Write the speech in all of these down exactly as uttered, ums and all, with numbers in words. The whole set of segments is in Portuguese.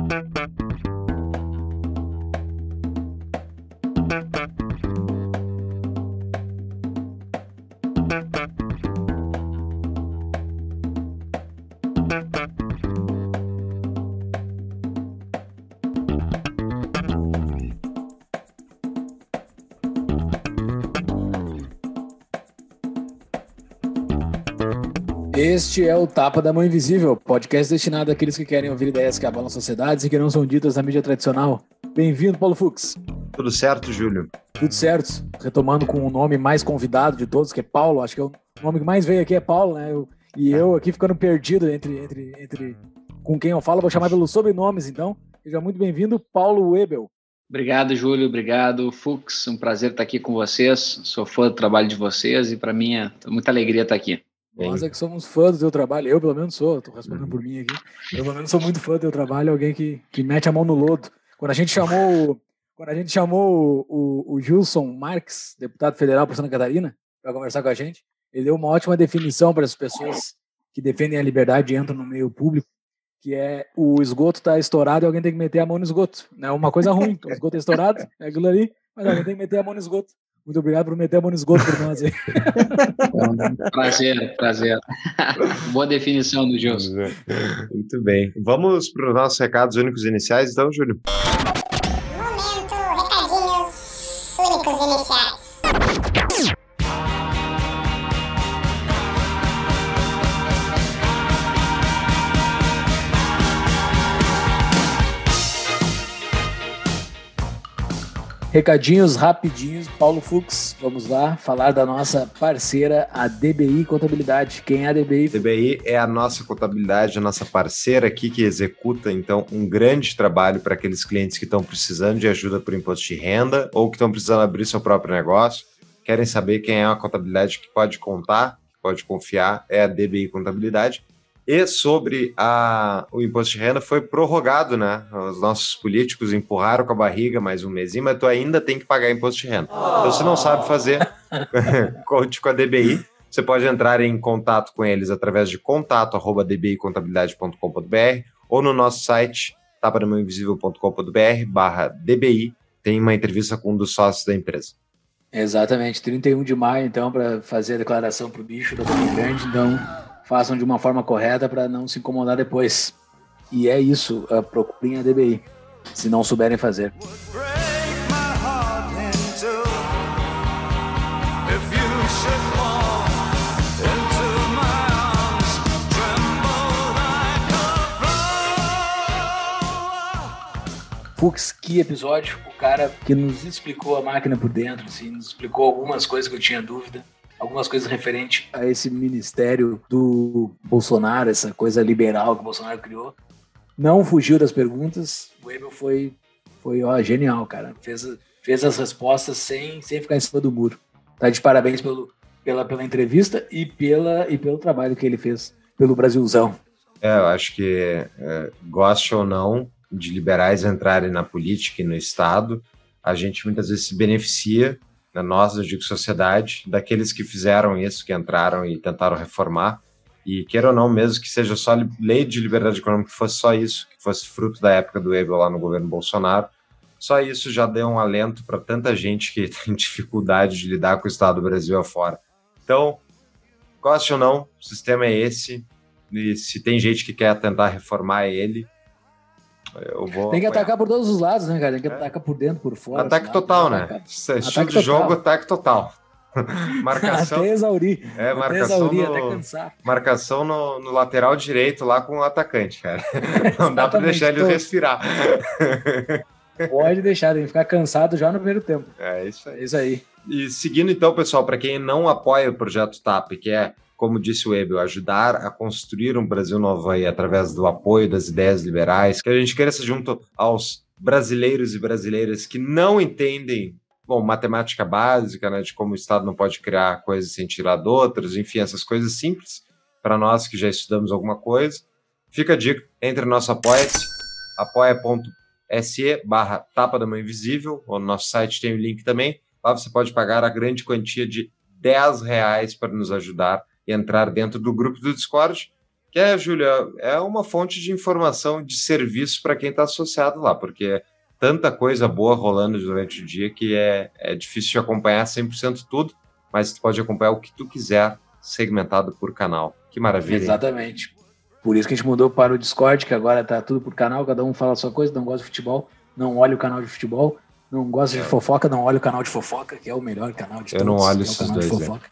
Este é o Tapa da Mão Invisível, podcast destinado àqueles que querem ouvir ideias que abalam sociedades e que não são ditas na mídia tradicional. Bem-vindo, Paulo Fux. Tudo certo, Júlio? Tudo certo. Retomando com o nome mais convidado de todos, que é Paulo. Acho que é o nome que mais veio aqui é Paulo, né? Eu, e eu aqui ficando perdido entre, entre, entre com quem eu falo. Vou chamar pelos sobrenomes, então. Seja muito bem-vindo, Paulo Webel. Obrigado, Júlio. Obrigado, Fux. Um prazer estar aqui com vocês. Sou fã do trabalho de vocês e para mim é muita alegria estar aqui. Nós é que somos fãs do teu trabalho. Eu, pelo menos, sou. Estou respondendo uhum. por mim aqui. Eu, pelo menos, sou muito fã do teu trabalho. Alguém que, que mete a mão no lodo. Quando a gente chamou, quando a gente chamou o, o, o Gilson Marques, deputado federal por Santa Catarina, para conversar com a gente, ele deu uma ótima definição para as pessoas que defendem a liberdade e entram no meio público, que é o esgoto está estourado e alguém tem que meter a mão no esgoto. Não é uma coisa ruim. O esgoto é estourado, é aquilo ali, mas alguém tem que meter a mão no esgoto. Muito obrigado por meter a mão no esgoto por nós aí. Prazer, prazer. Boa definição do Gilson. Muito bem. Vamos para os nossos recados únicos iniciais, então, Júlio? Momento, recadinhos únicos iniciais. Recadinhos rapidinhos, Paulo Fux, vamos lá falar da nossa parceira, a D B I Contabilidade. Quem é a D B I? D B I é a nossa contabilidade, a nossa parceira aqui que executa, então, um grande trabalho para aqueles clientes que estão precisando de ajuda por imposto de renda ou que estão precisando abrir seu próprio negócio, querem saber quem é a contabilidade que pode contar, que pode confiar, é a D B I Contabilidade. E sobre a, o imposto de renda foi prorrogado, né? Os nossos políticos empurraram com a barriga mais um mesinho, mas tu ainda tem que pagar imposto de renda. Então, se não sabe fazer, conte com a D B I. Você pode entrar em contato com eles através de contato arroba d b i contabilidade ponto com ponto b r ou no nosso site tapa da mão invisível ponto com ponto b r barra D B I. Tem uma entrevista com um dos sócios da empresa. Exatamente, trinta e um de maio, então, para fazer a declaração para o bicho da Dona Grande, então façam de uma forma correta para não se incomodar depois. E é isso, procurem a D B I, se não souberem fazer. Fux, que episódio, o cara que nos explicou a máquina por dentro, assim, nos explicou algumas coisas que eu tinha dúvida, algumas coisas referentes a esse ministério do Bolsonaro, essa coisa liberal que o Bolsonaro criou. Não fugiu das perguntas. O Webel foi, foi ó, genial, cara. Fez, fez as respostas sem, sem ficar em cima do muro. Tá de parabéns pelo, pela, pela entrevista e, pela, e pelo trabalho que ele fez pelo Brasilzão. É, eu acho que, é, goste ou não de liberais entrarem na política e no Estado, a gente muitas vezes se beneficia, nós, eu digo sociedade, daqueles que fizeram isso, que entraram e tentaram reformar, e queira ou não, mesmo que seja só lei de liberdade econômica, que fosse só isso, que fosse fruto da época do Webel lá no governo Bolsonaro, só isso já deu um alento para tanta gente que tem dificuldade de lidar com o Estado do Brasil afora. Então, goste ou não, o sistema é esse, e se tem gente que quer tentar reformar ele, eu vou tem que apoiar. Atacar por todos os lados, né, cara? Tem que é. atacar por dentro, por fora. Ataque total, né? Estilo ataque de jogo, ataque total. Marcação. Até exaurir. É, até marcação exaurir, no, até cansar. Marcação no, no lateral direito lá com o atacante, cara. Não dá pra deixar ele respirar. Pode deixar, tem que ficar cansado já no primeiro tempo. É isso aí. É isso aí. E seguindo então, pessoal, para quem não apoia o projeto T A P, que é, como disse o Webel, ajudar a construir um Brasil novo aí através do apoio das ideias liberais, que a gente cresça junto aos brasileiros e brasileiras que não entendem, bom, matemática básica, né, de como o Estado não pode criar coisas sem tirar de outras, enfim, essas coisas simples, para nós que já estudamos alguma coisa. Fica a dica, entre no nosso apoia-se, apoia.se barra Tapa da Mão Invisível, ou no nosso site tem o link também. Lá você pode pagar a grande quantia de dez reais para nos ajudar e entrar dentro do grupo do Discord. Que é, Júlia, é uma fonte de informação de serviço para quem está associado lá, porque é tanta coisa boa rolando durante o dia que é, é difícil de acompanhar cem por cento tudo, mas tu pode acompanhar o que tu quiser, segmentado por canal. Que maravilha. Exatamente. Hein? Por isso que a gente mudou para o Discord, que agora tá tudo por canal, cada um fala a sua coisa, não gosta de futebol, não olha o canal de futebol, não gosta é. de fofoca, não olha o canal de fofoca, que é o melhor canal de Eu todos. Eu não olho é esses dois, fofoca.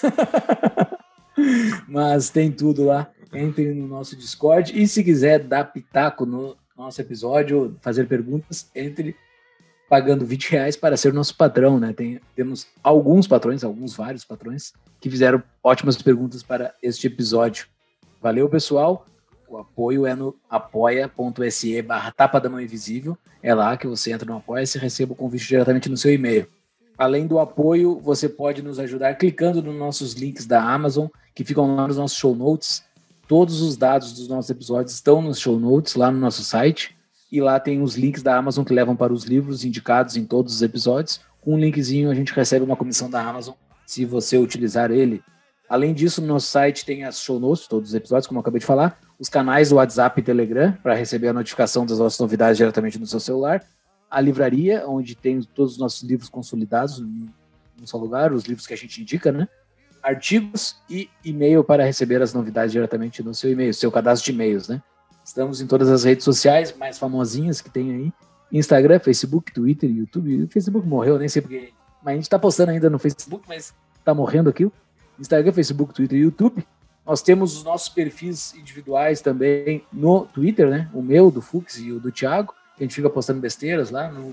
Mas tem tudo lá. Entre no nosso Discord e se quiser dar pitaco no nosso episódio, fazer perguntas, entre pagando vinte reais para ser nosso patrão, né? Tem, temos alguns patrões, alguns vários patrões, que fizeram ótimas perguntas para este episódio. Valeu, pessoal. O apoio é no apoia.se barra tapa da mão invisível. É lá que você entra no Apoia-se e recebe o convite diretamente no seu e-mail. Além do apoio, você pode nos ajudar clicando nos nossos links da Amazon, que ficam lá nos nossos show notes. Todos os dados dos nossos episódios estão nos show notes, lá no nosso site. E lá tem os links da Amazon que levam para os livros indicados em todos os episódios. Com um linkzinho a gente recebe uma comissão da Amazon, se você utilizar ele. Além disso, no nosso site tem as show notes, todos os episódios, como eu acabei de falar. Os canais do WhatsApp e Telegram, para receber a notificação das nossas novidades diretamente no seu celular. A livraria, onde tem todos os nossos livros consolidados num só lugar, os livros que a gente indica, né? Artigos e e-mail para receber as novidades diretamente no seu e-mail, seu cadastro de e-mails, né? Estamos em todas as redes sociais mais famosinhas que tem aí. Instagram, Facebook, Twitter, YouTube. O Facebook morreu, nem sei porque. Mas a gente tá postando ainda no Facebook, mas tá morrendo aquilo. Instagram, Facebook, Twitter e YouTube. Nós temos os nossos perfis individuais também no Twitter, né? O meu, do Fux e o do Thiago. Que a gente fica postando besteiras lá no,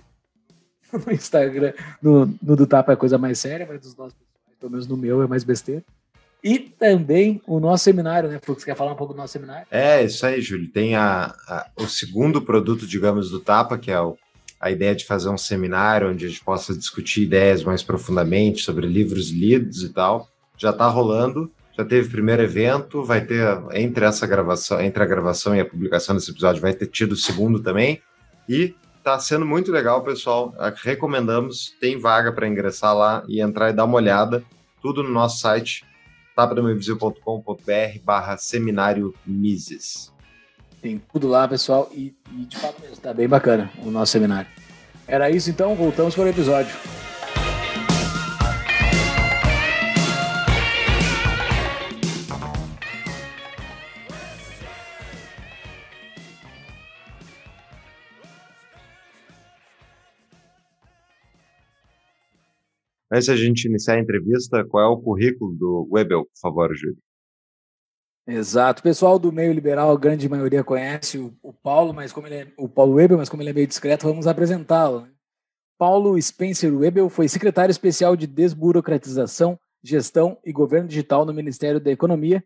no Instagram. No, no do Tapa é coisa mais séria, mas dos nossos, pelo menos no meu, é mais besteira. E também o nosso seminário, né? Fux, quer falar um pouco do nosso seminário? É, isso aí, Júlio. Tem a, a, o segundo produto, digamos, do Tapa, que é o, a ideia de fazer um seminário onde a gente possa discutir ideias mais profundamente sobre livros lidos e tal. Já está rolando, já teve o primeiro evento, vai ter, entre essa gravação, entre a gravação e a publicação desse episódio, vai ter tido o segundo também. E está sendo muito legal, pessoal. Recomendamos, tem vaga para ingressar lá e entrar e dar uma olhada. Tudo no nosso site, tapadamainvisível.com.br barra seminário Mises. Tem tudo lá, pessoal, e, e de fato mesmo, tá bem bacana o nosso seminário. Era isso então, voltamos para o episódio. Antes de a gente iniciar a entrevista, qual é o currículo do Webel, por favor, Júlio? Exato. O pessoal do meio liberal, a grande maioria conhece o, o Paulo, mas como ele é o Paulo Webel, mas como ele é meio discreto, vamos apresentá-lo. Né? Paulo Spencer Webel foi secretário especial de Desburocratização, Gestão e Governo Digital no Ministério da Economia,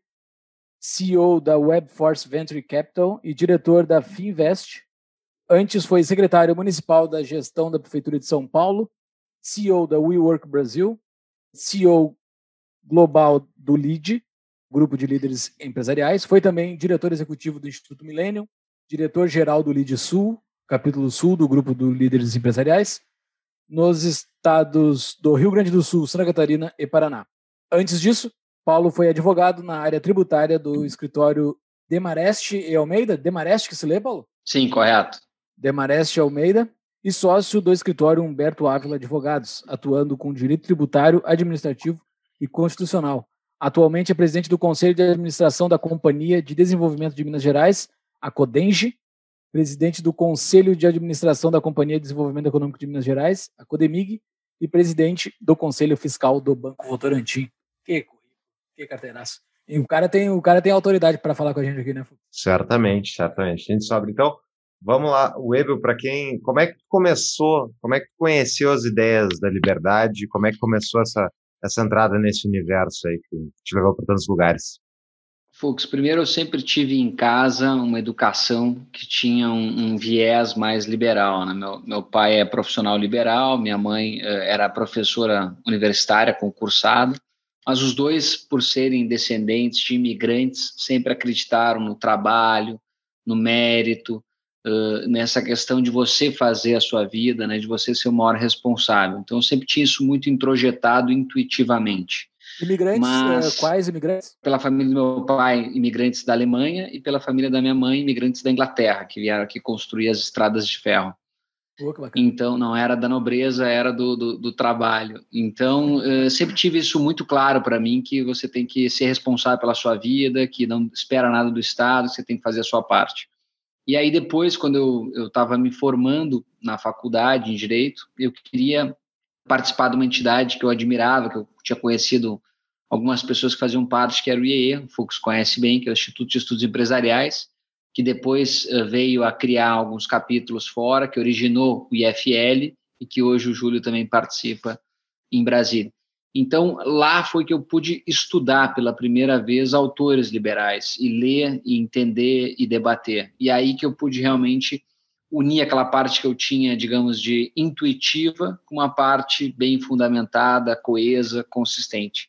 C E O da Webforce Venture Capital e diretor da Finvest. Antes foi secretário municipal da Gestão da Prefeitura de São Paulo, C E O da WeWork Brasil, C E O global do L I D, Grupo de Líderes Empresariais. Foi também diretor executivo do Instituto Millennium, diretor-geral do L I D Sul, capítulo Sul do Grupo de Líderes Empresariais, nos estados do Rio Grande do Sul, Santa Catarina e Paraná. Antes disso, Paulo foi advogado na área tributária do escritório Demarest e Almeida. Demarest que se lê, Paulo? Sim, correto. Demarest e Almeida. E sócio do escritório Humberto Ávila Advogados, atuando com direito tributário, administrativo e constitucional. Atualmente é presidente do Conselho de Administração da Companhia de Desenvolvimento de Minas Gerais, a CODENGE, presidente do Conselho de Administração da Companhia de Desenvolvimento Econômico de Minas Gerais, a CODEMIG, e presidente do Conselho Fiscal do Banco Votorantim. Que que carteiraço. E o cara tem, o cara tem autoridade para falar com a gente aqui, né? Certamente, certamente. A gente sobe, então... Vamos lá, Webel, para quem, como é que começou, como é que conheceu as ideias da liberdade, como é que começou essa, essa entrada nesse universo aí que te levou para tantos lugares? Fux, primeiro eu sempre tive em casa uma educação que tinha um, um viés mais liberal, né? Meu, meu pai é profissional liberal, minha mãe eh, era professora universitária concursada, mas os dois, por serem descendentes de imigrantes, sempre acreditaram no trabalho, no mérito, Uh, nessa questão de você fazer a sua vida, né, de você ser o maior responsável. Então, eu sempre tinha isso muito introjetado intuitivamente. Imigrantes, Mas, uh, quais imigrantes? Pela família do meu pai, imigrantes da Alemanha, e pela família da minha mãe, imigrantes da Inglaterra, que vieram aqui construir as estradas de ferro. Oh, que bacana. Então, não era da nobreza, era do, do, do trabalho. Então, eu sempre tive isso muito claro para mim, que você tem que ser responsável pela sua vida, que não espera nada do Estado, que você tem que fazer a sua parte. E aí, depois, quando eu estava me formando na faculdade, em Direito, eu queria participar de uma entidade que eu admirava, que eu tinha conhecido algumas pessoas que faziam parte, que era o I E E, o Fux conhece bem, que é o Instituto de Estudos Empresariais, que depois uh, veio a criar alguns capítulos fora, que originou o I F L, e que hoje o Júlio também participa em Brasília. Então, lá foi que eu pude estudar pela primeira vez autores liberais, e ler, e entender, e debater. E aí que eu pude realmente unir aquela parte que eu tinha, digamos, de intuitiva, com uma parte bem fundamentada, coesa, consistente.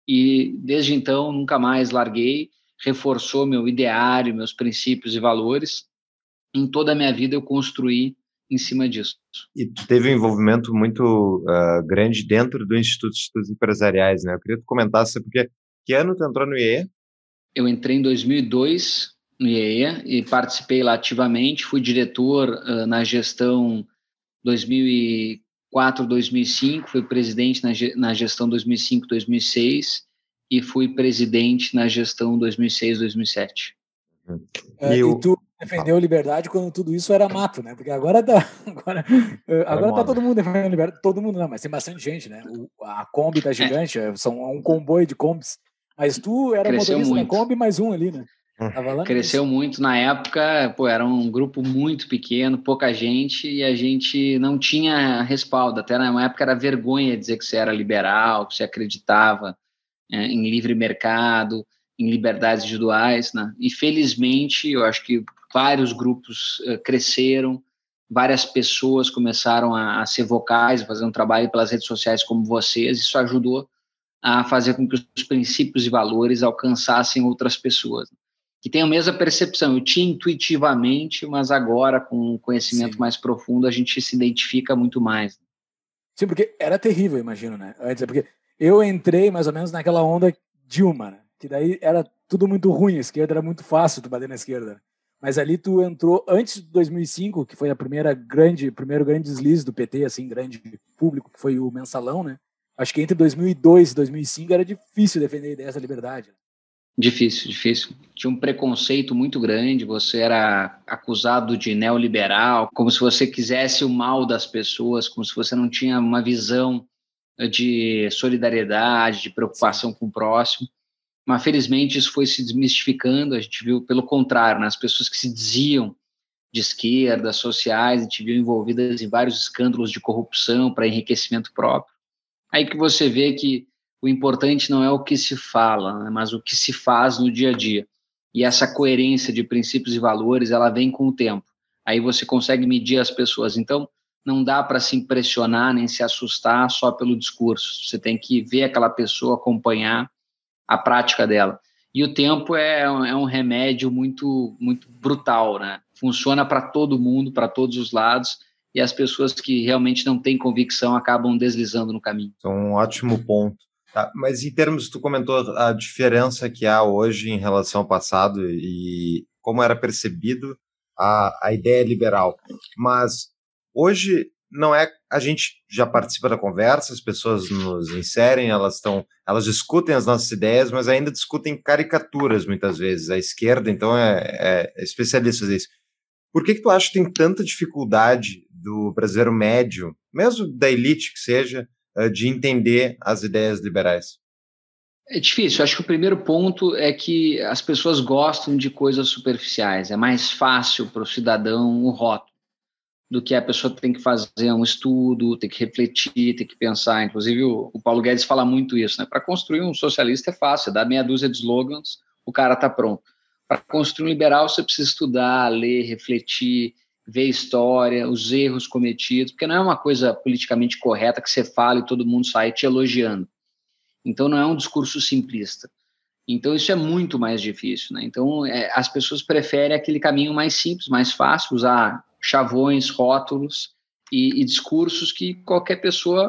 E, desde então, nunca mais larguei, reforçou meu ideário, meus princípios e valores. Em toda a minha vida eu construí em cima disso. E tu teve um envolvimento muito uh, grande dentro do Instituto de Estudos Empresariais, né? Eu queria que tu comentasse, porque que ano tu entrou no I E E? Eu entrei em dois mil e dois no I E E e participei lá ativamente, fui diretor uh, na gestão dois mil e quatro, dois mil e cinco, fui presidente na, na gestão dois mil e cinco, dois mil e seis e fui presidente na gestão dois mil e seis, dois mil e sete. Uhum. É, e, e tu defendeu liberdade quando tudo isso era mato, né? Porque agora tá, agora, agora tá todo mundo defendendo liberdade, todo mundo não, mas tem bastante gente, né? O, a Kombi tá gigante, é. São um comboio de Kombis, mas tu era Cresceu motorista muito. Da Kombi mais um ali, né? Cresceu nisso. Muito na época, pô, era um grupo muito pequeno, pouca gente, e a gente não tinha respaldo. Até na época era vergonha dizer que você era liberal, que você acreditava é, em livre mercado, em liberdades individuais, né? E felizmente, eu acho que vários grupos uh, cresceram, várias pessoas começaram a, a ser vocais, a fazer um trabalho pelas redes sociais como vocês. Isso ajudou a fazer com que os princípios e valores alcançassem outras pessoas, que tem a mesma percepção. Eu tinha intuitivamente, mas agora, com um conhecimento Sim. mais profundo, a gente se identifica muito mais. Sim, porque era terrível, imagino, né? Antes, porque eu entrei mais ou menos naquela onda Dilma, né? Que daí era tudo muito ruim, a esquerda era muito fácil tu bater na esquerda. Mas ali tu entrou antes de dois mil e cinco, que foi a primeira grande, primeiro grande deslize do P T, assim, grande público, que foi o Mensalão, né? Acho que entre dois mil e dois e dois mil e cinco era difícil defender a ideia dessa liberdade. Difícil, difícil. Tinha um preconceito muito grande, você era acusado de neoliberal, como se você quisesse o mal das pessoas, como se você não tinha uma visão de solidariedade, de preocupação com o próximo. Mas, felizmente, isso foi se desmistificando, a gente viu, pelo contrário, né, as pessoas que se diziam de esquerda, sociais, a gente viu envolvidas em vários escândalos de corrupção para enriquecimento próprio. Aí que você vê que o importante não é o que se fala, né, mas o que se faz no dia a dia. E essa coerência de princípios e valores, ela vem com o tempo. Aí você consegue medir as pessoas. Então, não dá para se impressionar nem se assustar só pelo discurso. Você tem que ver aquela pessoa, acompanhar a prática dela. E o tempo é, é um remédio muito, muito brutal, né? Funciona para todo mundo, para todos os lados, e as pessoas que realmente não têm convicção acabam deslizando no caminho. É um ótimo ponto. Tá, mas em termos, tu comentou a diferença que há hoje em relação ao passado e como era percebido a, a ideia liberal. Mas hoje não é, a gente já participa da conversa, as pessoas nos inserem, elas estão, elas discutem as nossas ideias, mas ainda discutem caricaturas muitas vezes. A esquerda, então, é, é especialista em fazer isso. Por que que tu acha que tem tanta dificuldade do brasileiro médio, mesmo da elite que seja, de entender as ideias liberais? É difícil. Acho que o primeiro ponto é que as pessoas gostam de coisas superficiais. É mais fácil para o cidadão o rótulo do que a pessoa tem que fazer um estudo, tem que refletir, tem que pensar. Inclusive, o, o Paulo Guedes fala muito isso, né? Para construir um socialista é fácil, dá meia dúzia de slogans, o cara está pronto. Para construir um liberal, você precisa estudar, ler, refletir, ver história, os erros cometidos, porque não é uma coisa politicamente correta que você fala e todo mundo sai te elogiando. Então, não é um discurso simplista. Então, isso é muito mais difícil, né? Então, é, as pessoas preferem aquele caminho mais simples, mais fácil, usar chavões, rótulos e, e discursos que qualquer pessoa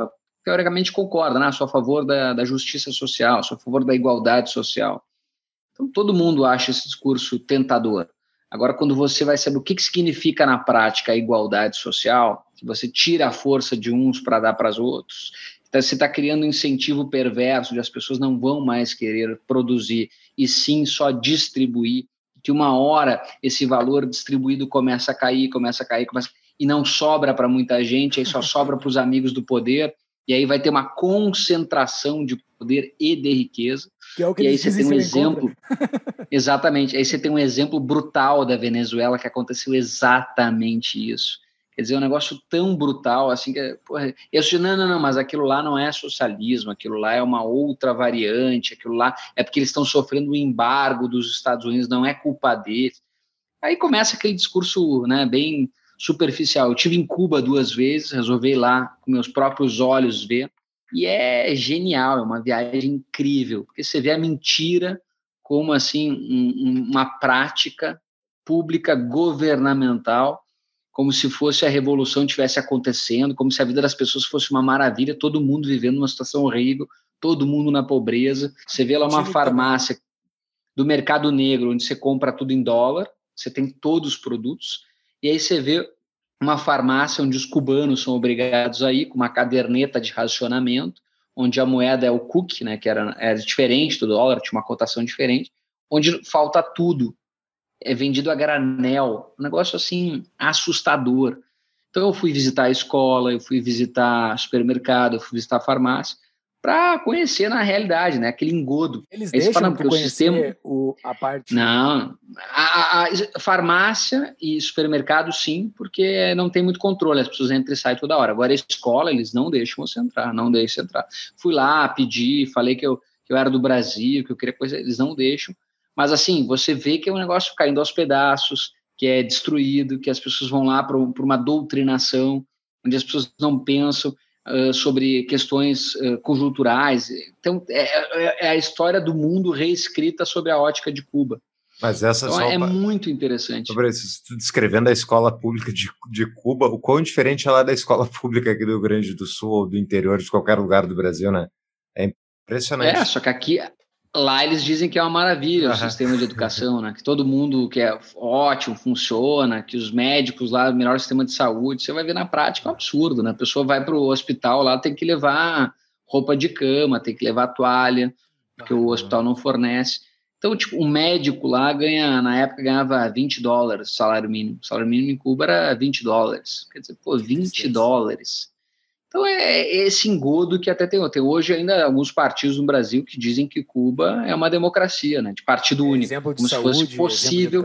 teoricamente concorda, né? Sou a favor da, da justiça social, sou a favor da igualdade social. Então, todo mundo acha esse discurso tentador. Agora, quando você vai saber o que, que significa na prática a igualdade social, que você tira a força de uns para dar para os outros, então você está criando um incentivo perverso de as pessoas não vão mais querer produzir, e sim só distribuir, que uma hora esse valor distribuído começa a cair, começa a cair, começa... e não sobra para muita gente, aí só sobra para os amigos do poder, e aí vai ter uma concentração de poder e de riqueza. Que é o que e aí eles você tem um exemplo... Contra. Exatamente. Aí você tem um exemplo brutal da Venezuela que aconteceu exatamente isso. Quer dizer, um negócio tão brutal assim que... Porra, eu disse, não, não, não, mas aquilo lá não é socialismo, aquilo lá é uma outra variante, aquilo lá é porque eles estão sofrendo o embargo dos Estados Unidos, não é culpa deles. Aí começa aquele discurso, né, bem superficial. Eu tive em Cuba duas vezes, resolvi ir lá com meus próprios olhos ver, e é genial, é uma viagem incrível, porque você vê a mentira como assim um, uma prática pública governamental, como se fosse a revolução estivesse acontecendo, como se a vida das pessoas fosse uma maravilha, todo mundo vivendo uma situação horrível, todo mundo na pobreza. Você vê lá uma farmácia do mercado negro, onde você compra tudo em dólar, você tem todos os produtos, e aí você vê uma farmácia onde os cubanos são obrigados a ir com uma caderneta de racionamento, onde a moeda é o cookie, né, que era, era diferente do dólar, tinha uma cotação diferente, onde falta tudo, é vendido a granel, um negócio assim assustador. Então eu fui visitar a escola, eu fui visitar supermercado, eu fui visitar a farmácia, para conhecer na realidade, né, aquele engodo. Eles deixam falam, tu conhecer sistema... o, a parte... Não, a, a, a farmácia e supermercado sim, porque não tem muito controle, as pessoas entram e saem toda hora. Agora a escola, eles não deixam você entrar, não deixam você entrar. Fui lá, pedi, falei que eu, que eu era do Brasil, que eu queria coisa, eles não deixam. Mas assim, você vê que é um negócio caindo aos pedaços, que é destruído, que as pessoas vão lá para uma doutrinação, onde as pessoas não pensam uh, sobre questões uh, conjunturais. Então, é, é a história do mundo reescrita sob a ótica de Cuba. Mas essa então, só é uma... muito interessante. Descrevendo a escola pública de, de Cuba, o quão diferente ela é da escola pública aqui do Rio Grande do Sul ou do interior de qualquer lugar do Brasil, né? É impressionante. É, só que aqui... Lá eles dizem que é uma maravilha o uhum. sistema de educação, né? Que todo mundo que é ótimo, funciona, que os médicos lá, o melhor sistema de saúde, você vai ver na prática é um absurdo, né? A pessoa vai para o hospital lá, tem que levar roupa de cama, tem que levar toalha, porque uhum. o hospital não fornece. Então, tipo, um médico lá ganha, na época ganhava vinte dólares salário mínimo. O salário mínimo em Cuba era vinte dólares. Quer dizer, pô, vinte dólares. Então, é esse engodo que até tem, tem hoje ainda alguns partidos no Brasil que dizem que Cuba é uma democracia, né, de partido único, exemplo de como saúde, se fosse possível.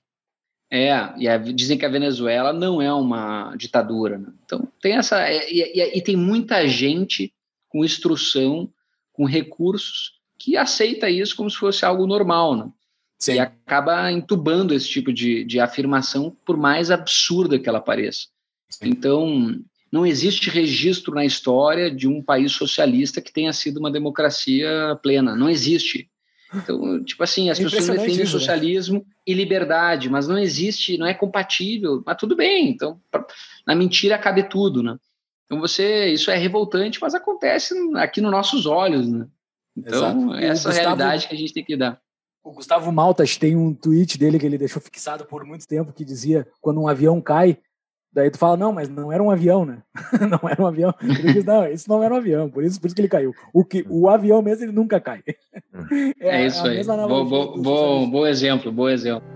É, e a, dizem que a Venezuela não é uma ditadura. Né? Então, tem essa. E, e, e tem muita gente com instrução, com recursos, que aceita isso como se fosse algo normal, né? Sim. E acaba entubando esse tipo de, de afirmação, por mais absurda que ela pareça. Sim. Então. Não existe registro na história de um país socialista que tenha sido uma democracia plena. Não existe. Então, tipo assim, as é pessoas defendem isso, socialismo né? e liberdade, mas não existe, não é compatível. Mas tudo bem. Então, pra, na mentira cabe tudo, né? Então, você, isso é revoltante, mas acontece aqui nos nossos olhos, né? Então, é essa Gustavo, realidade que a gente tem que dar. O Gustavo Maltas tem um tweet dele que ele deixou fixado por muito tempo que dizia, quando um avião cai, daí tu fala, não, mas não era um avião, né? Não era um avião. Ele diz, não, isso não era um avião, por isso, por isso que ele caiu. O, que, o avião mesmo, ele nunca cai. É, é isso aí. Bom, bom, bom, bom exemplo, bom exemplo.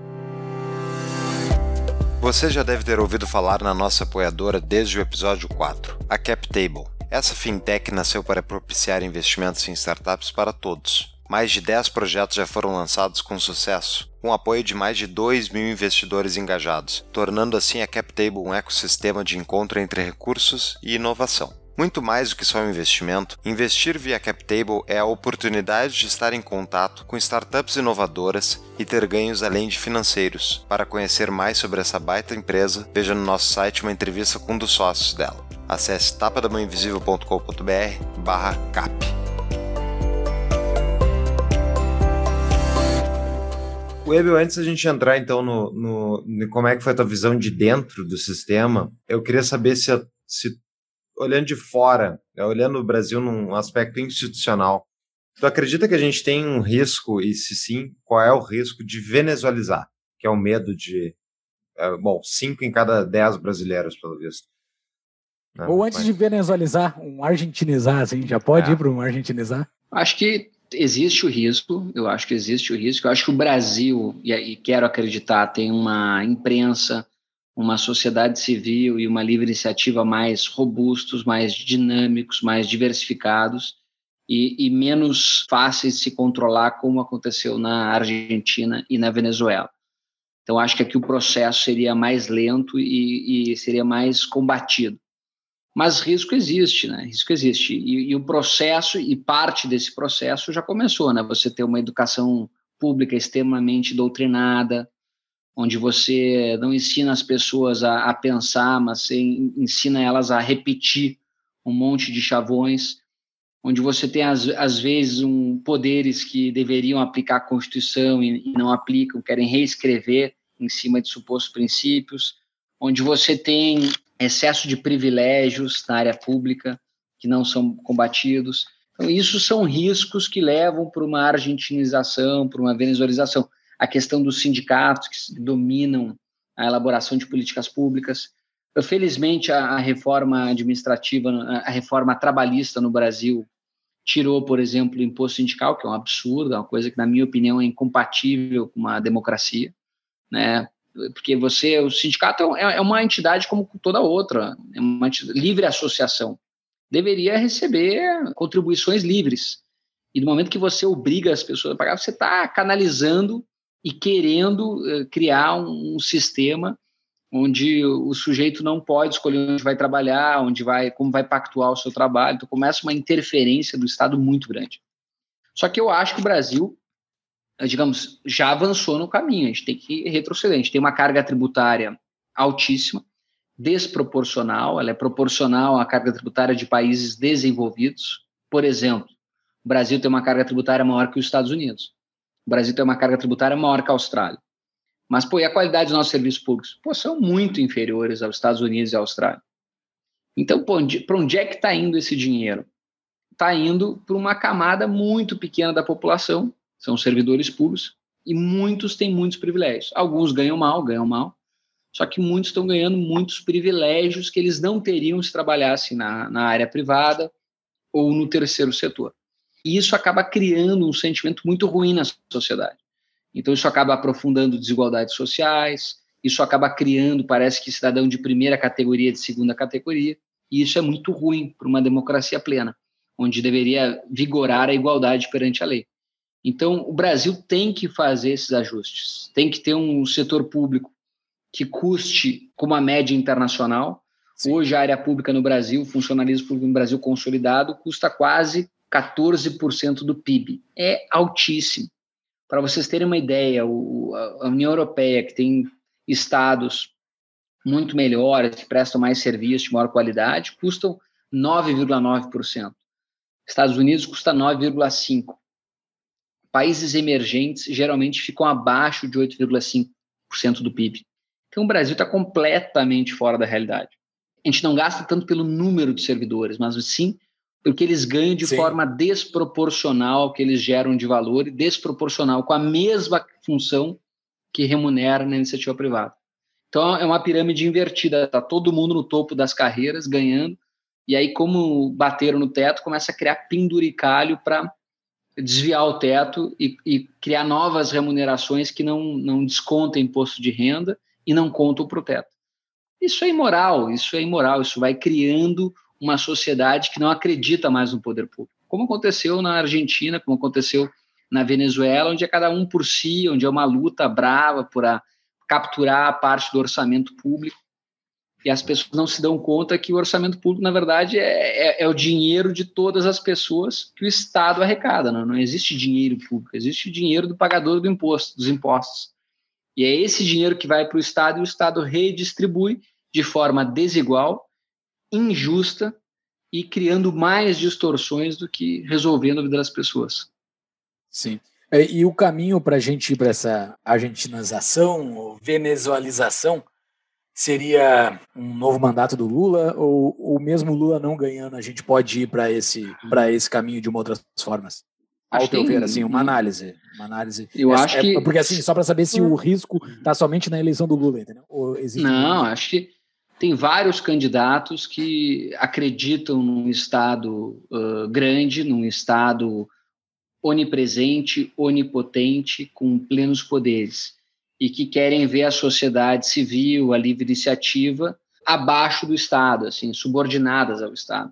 Você já deve ter ouvido falar na nossa apoiadora desde o episódio quatro, a CapTable. Essa fintech nasceu para propiciar investimentos em startups para todos. Mais de dez projetos já foram lançados com sucesso, com apoio de mais de dois mil investidores engajados, tornando assim a CapTable um ecossistema de encontro entre recursos e inovação. Muito mais do que só um investimento, investir via CapTable é a oportunidade de estar em contato com startups inovadoras e ter ganhos além de financeiros. Para conhecer mais sobre essa baita empresa, veja no nosso site uma entrevista com um dos sócios dela. Acesse tapadamãoinvisível ponto com ponto b r barra cap. Webel, antes da gente entrar então no, no, no como é que foi a tua visão de dentro do sistema, eu queria saber se, se olhando de fora, né, olhando o Brasil num aspecto institucional, tu acredita que a gente tem um risco, e se sim, qual é o risco de venezualizar, que é o medo de, é, bom, cinco em cada dez brasileiros, pelo visto. Né? Ou antes Mas, de venezualizar, um argentinizar, assim, já pode É. ir para um argentinizar? Acho que existe o risco, eu acho que existe o risco. Eu acho que o Brasil, e, e quero acreditar, tem uma imprensa, uma sociedade civil e uma livre iniciativa mais robustos, mais dinâmicos, mais diversificados e, e menos fáceis de se controlar, como aconteceu na Argentina e na Venezuela. Então, acho que aqui o processo seria mais lento e, e seria mais combatido. Mas risco existe, né? Risco existe. E, e o processo, e parte desse processo já começou, né? Você ter uma educação pública extremamente doutrinada, onde você não ensina as pessoas a, a pensar, mas você ensina elas a repetir um monte de chavões, onde você tem, às, às vezes, um, poderes que deveriam aplicar a Constituição e, e não aplicam, querem reescrever em cima de supostos princípios, onde você tem excesso de privilégios na área pública que não são combatidos. Então, isso são riscos que levam para uma argentinização, para uma venezuelização. A questão dos sindicatos que dominam a elaboração de políticas públicas. Eu, felizmente, a, a reforma administrativa, a reforma trabalhista no Brasil tirou, por exemplo, o imposto sindical, que é um absurdo, é uma coisa que, na minha opinião, é incompatível com uma democracia, né? Porque você, o sindicato é uma entidade como toda outra, é uma livre associação, deveria receber contribuições livres. E no momento que você obriga as pessoas a pagar, você está canalizando e querendo uh, criar um, um sistema onde o sujeito não pode escolher onde vai trabalhar, onde vai, como vai pactuar o seu trabalho. Então começa uma interferência do Estado muito grande. Só que eu acho que o Brasil, digamos, já avançou no caminho, a gente tem que retroceder, a gente tem uma carga tributária altíssima, desproporcional, ela é proporcional à carga tributária de países desenvolvidos. Por exemplo, o Brasil tem uma carga tributária maior que os Estados Unidos, o Brasil tem uma carga tributária maior que a Austrália, mas, pô, e a qualidade dos nossos serviços públicos? Pô, são muito inferiores aos Estados Unidos e à Austrália. Então, para onde, onde é que está indo esse dinheiro? Está indo para uma camada muito pequena da população, são servidores públicos, e muitos têm muitos privilégios. Alguns ganham mal, ganham mal, só que muitos estão ganhando muitos privilégios que eles não teriam se trabalhassem na, na área privada ou no terceiro setor. E isso acaba criando um sentimento muito ruim na sociedade. Então, isso acaba aprofundando desigualdades sociais, isso acaba criando, parece que, cidadão de primeira categoria, de segunda categoria, e isso é muito ruim para uma democracia plena, onde deveria vigorar a igualdade perante a lei. Então, o Brasil tem que fazer esses ajustes, tem que ter um setor público que custe como a média internacional. Sim. Hoje, a área pública no Brasil, o funcionalismo público no Brasil consolidado, custa quase quatorze por cento do P I B. É altíssimo. Para vocês terem uma ideia, a União Europeia, que tem estados muito melhores, que prestam mais serviço, de maior qualidade, custam nove vírgula nove por cento. Estados Unidos custa nove vírgula cinco por cento. Países emergentes geralmente ficam abaixo de oito vírgula cinco por cento do P I B. Então, o Brasil está completamente fora da realidade. A gente não gasta tanto pelo número de servidores, mas sim porque eles ganham de Sim. forma desproporcional ao que eles geram de valor e desproporcional com a mesma função que remunera na iniciativa privada. Então, é uma pirâmide invertida, está todo mundo no topo das carreiras, ganhando, e aí, como bateram no teto, começa a criar penduricalho para desviar o teto e, e criar novas remunerações que não, não descontam imposto de renda e não contam para o teto. Isso é imoral, isso é imoral, isso vai criando uma sociedade que não acredita mais no poder público, como aconteceu na Argentina, como aconteceu na Venezuela, onde é cada um por si, onde é uma luta brava por a, capturar a parte do orçamento público, e as pessoas não se dão conta que o orçamento público, na verdade, é, é, é o dinheiro de todas as pessoas que o Estado arrecada. Não, não existe dinheiro público, existe dinheiro do pagador do imposto, dos impostos. E é esse dinheiro que vai para o Estado e o Estado redistribui de forma desigual, injusta e criando mais distorções do que resolvendo a vida das pessoas. Sim. E o caminho para a gente ir para essa argentinização, ou venezuelização, seria um novo mandato do Lula, ou, ou mesmo Lula não ganhando, a gente pode ir para esse, para esse caminho de uma outras formas? Ao Acho teu que ver, tem- assim, uma análise. Uma análise. Eu É- acho é- que- Porque, assim, só para saber se o risco está somente na eleição do Lula, entendeu? Ou existe Não, um... acho que tem vários candidatos que acreditam num Estado uh, grande, num Estado onipresente, onipotente, com plenos poderes, e que querem ver a sociedade civil, a livre iniciativa, abaixo do Estado, assim, subordinadas ao Estado.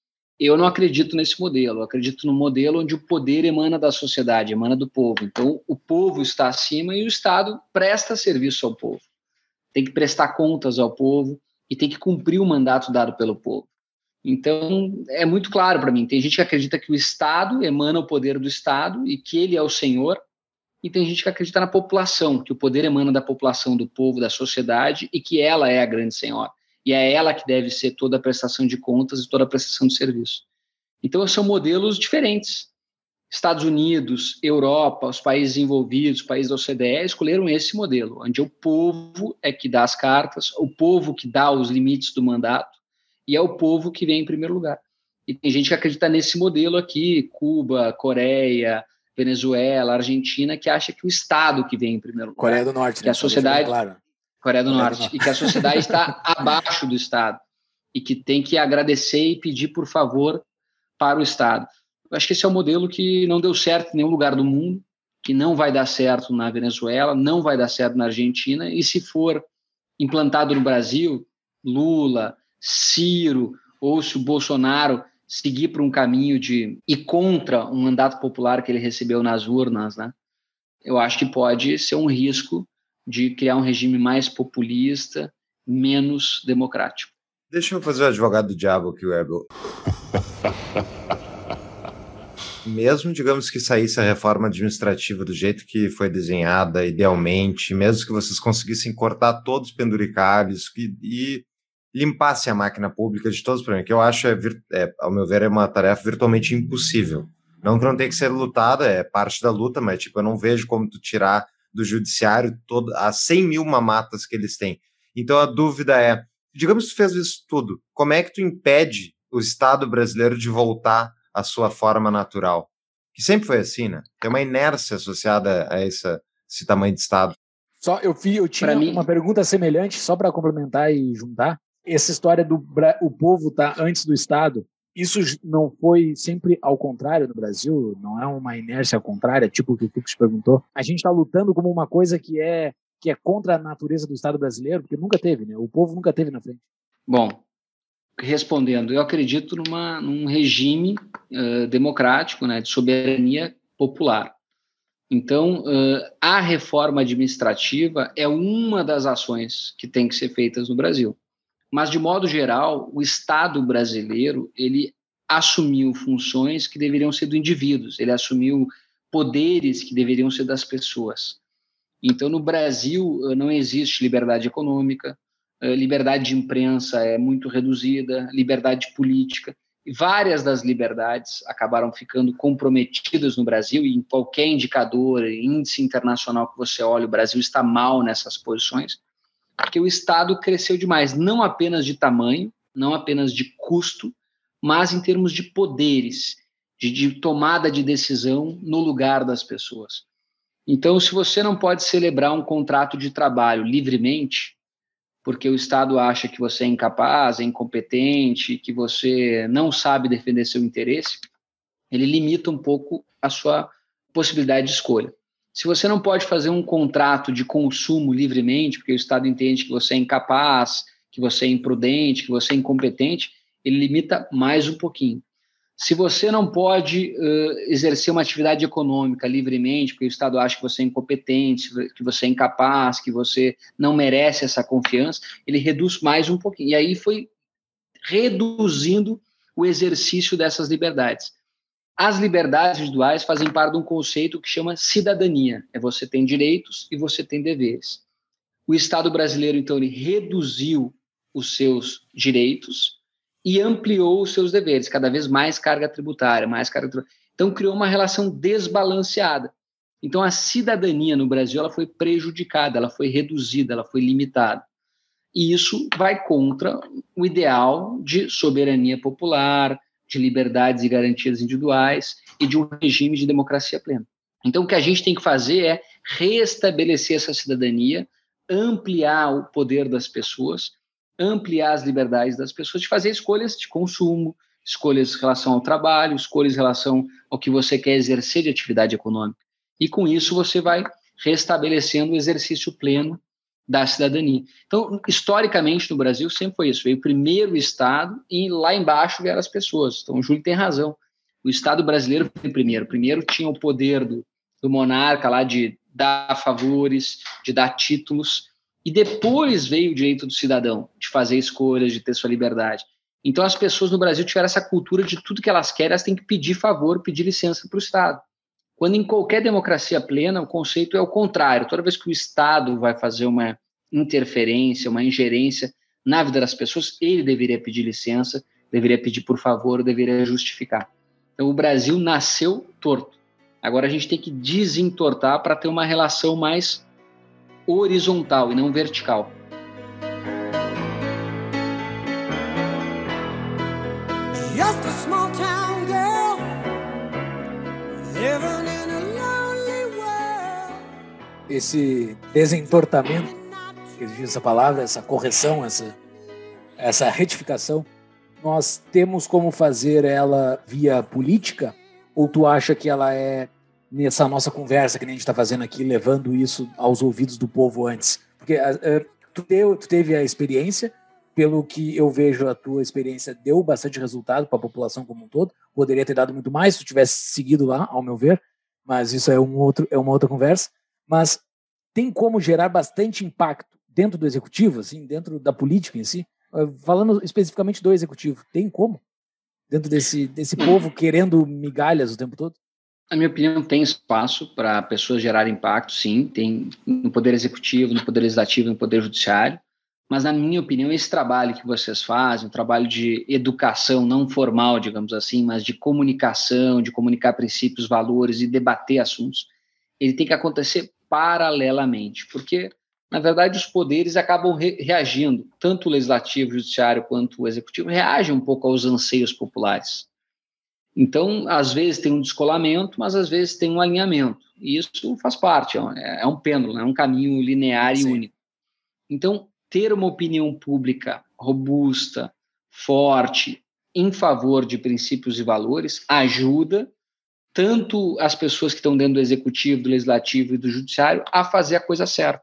Eu não acredito nesse modelo, eu acredito no modelo onde o poder emana da sociedade, emana do povo. Então, o povo está acima e o Estado presta serviço ao povo. Tem que prestar contas ao povo e tem que cumprir o mandato dado pelo povo. Então, é muito claro para mim. Tem gente que acredita que o Estado emana o poder do Estado e que ele é o senhor, e tem gente que acredita na população, que o poder emana da população, do povo, da sociedade, e que ela é a grande senhora. E é ela que deve ser toda a prestação de contas e toda a prestação de serviço. Então, são modelos diferentes. Estados Unidos, Europa, os países envolvidos, os países da O C D E, escolheram esse modelo, onde o povo é que dá as cartas, o povo que dá os limites do mandato, e é o povo que vem em primeiro lugar. E tem gente que acredita nesse modelo aqui, Cuba, Coreia, Venezuela, Argentina, que acha que o Estado que vem em primeiro lugar. Coreia do Norte, que né? a sociedade... Claro. Coreia do Coreia Norte, do Norte. e que a sociedade está abaixo do Estado, e que tem que agradecer e pedir por favor para o Estado. Eu acho que esse é um modelo que não deu certo em nenhum lugar do mundo, que não vai dar certo na Venezuela, não vai dar certo na Argentina, e se for implantado no Brasil, Lula, Ciro, ou se o Bolsonaro seguir por um caminho de ir contra um mandato popular que ele recebeu nas urnas, né? Eu acho que pode ser um risco de criar um regime mais populista, menos democrático. Deixa eu fazer o advogado do diabo aqui, Webel. Mesmo, digamos, que saísse a reforma administrativa do jeito que foi desenhada, idealmente, mesmo que vocês conseguissem cortar todos os penduricalhos e, e limpassem a máquina pública de todos os problemas, que eu acho, é, é, ao meu ver, é uma tarefa virtualmente impossível. Não que não tenha que ser lutada, é parte da luta, mas tipo, eu não vejo como tu tirar do judiciário todo, as cem mil mamatas que eles têm. Então a dúvida é, digamos que tu fez isso tudo, como é que tu impede o Estado brasileiro de voltar à sua forma natural? Que sempre foi assim, né? Tem uma inércia associada a essa, esse tamanho de Estado. Só eu, fi, eu tinha mim... uma pergunta semelhante, só para complementar e juntar. Essa história do o povo tá antes do Estado, isso não foi sempre ao contrário no Brasil? Não é uma inércia contrária, tipo o que o Fux perguntou? A gente está lutando como uma coisa que é, que é contra a natureza do Estado brasileiro, porque nunca teve, né? O povo nunca teve na frente. Bom, respondendo, eu acredito numa, num regime uh, democrático, né, de soberania popular. Então, uh, a reforma administrativa é uma das ações que tem que ser feitas no Brasil. Mas, de modo geral, o Estado brasileiro, ele assumiu funções que deveriam ser do indivíduos, ele assumiu poderes que deveriam ser das pessoas. Então, no Brasil, não existe liberdade econômica, liberdade de imprensa é muito reduzida, liberdade política, e várias das liberdades acabaram ficando comprometidas no Brasil, e em qualquer indicador, índice internacional que você olha, o Brasil está mal nessas posições, porque o Estado cresceu demais, não apenas de tamanho, não apenas de custo, mas em termos de poderes, de, de tomada de decisão no lugar das pessoas. Então, se você não pode celebrar um contrato de trabalho livremente, porque o Estado acha que você é incapaz, é incompetente, que você não sabe defender seu interesse, ele limita um pouco a sua possibilidade de escolha. Se você não pode fazer um contrato de consumo livremente, porque o Estado entende que você é incapaz, que você é imprudente, que você é incompetente, ele limita mais um pouquinho. Se você não pode uh, exercer uma atividade econômica livremente, porque o Estado acha que você é incompetente, que você é incapaz, que você não merece essa confiança, ele reduz mais um pouquinho. E aí foi reduzindo o exercício dessas liberdades. As liberdades individuais fazem parte de um conceito que chama cidadania. É você tem direitos e você tem deveres. O Estado brasileiro, então, ele reduziu os seus direitos e ampliou os seus deveres, cada vez mais carga tributária, mais carga tributária. Então, criou uma relação desbalanceada. Então, a cidadania no Brasil ela foi prejudicada, ela foi reduzida, ela foi limitada. E isso vai contra o ideal de soberania popular, de liberdades e garantias individuais e de um regime de democracia plena. Então, o que a gente tem que fazer é restabelecer essa cidadania, ampliar o poder das pessoas, ampliar as liberdades das pessoas de fazer escolhas de consumo, escolhas em relação ao trabalho, escolhas em relação ao que você quer exercer de atividade econômica. E com isso você vai restabelecendo o exercício pleno da cidadania. Então, historicamente no Brasil sempre foi isso, veio primeiro o Estado e lá embaixo vieram as pessoas. Então o Júlio tem razão, o Estado brasileiro foi primeiro, primeiro tinha o poder do, do monarca lá de dar favores, de dar títulos, e depois veio o direito do cidadão, de fazer escolhas, de ter sua liberdade. Então as pessoas no Brasil tiveram essa cultura de tudo que elas querem, elas têm que pedir favor, pedir licença para o Estado. Quando em qualquer democracia plena, o conceito é o contrário. Toda vez que o Estado vai fazer uma interferência, uma ingerência na vida das pessoas, ele deveria pedir licença, deveria pedir por favor, deveria justificar. Então o Brasil nasceu torto. Agora a gente tem que desentortar para ter uma relação mais horizontal e não vertical. Just a small town girl living in a lonely world. Esse desentortamento, que existe essa palavra, essa correção, essa, essa retificação, nós temos como fazer ela via política? Ou tu acha que ela é nessa nossa conversa que a gente está fazendo aqui, levando isso aos ouvidos do povo antes? Porque uh, tu, deu, tu teve a experiência, pelo que eu vejo, a tua experiência deu bastante resultado para a população como um todo. Poderia ter dado muito mais se tu tivesse seguido lá, ao meu ver, mas isso é, um outro, é uma outra conversa. Mas tem como gerar bastante impacto dentro do executivo, assim, dentro da política em si? Falando especificamente do executivo, tem como? Dentro desse, desse povo querendo migalhas o tempo todo? Na minha opinião, tem espaço para pessoas gerarem impacto, sim. Tem no poder executivo, no poder legislativo, no poder judiciário. Mas, na minha opinião, esse trabalho que vocês fazem, um trabalho de educação não formal, digamos assim, mas de comunicação, de comunicar princípios, valores e debater assuntos, ele tem que acontecer paralelamente, porque, na verdade, os poderes acabam re- reagindo, tanto o legislativo, o judiciário, quanto o executivo, reagem um pouco aos anseios populares. Então, às vezes tem um descolamento, mas às vezes tem um alinhamento. E isso faz parte, é um, é um pêndulo, é um caminho linear e Sim. único. Então, ter uma opinião pública robusta, forte, em favor de princípios e valores, ajuda tanto as pessoas que estão dentro do executivo, do legislativo e do judiciário a fazer a coisa certa.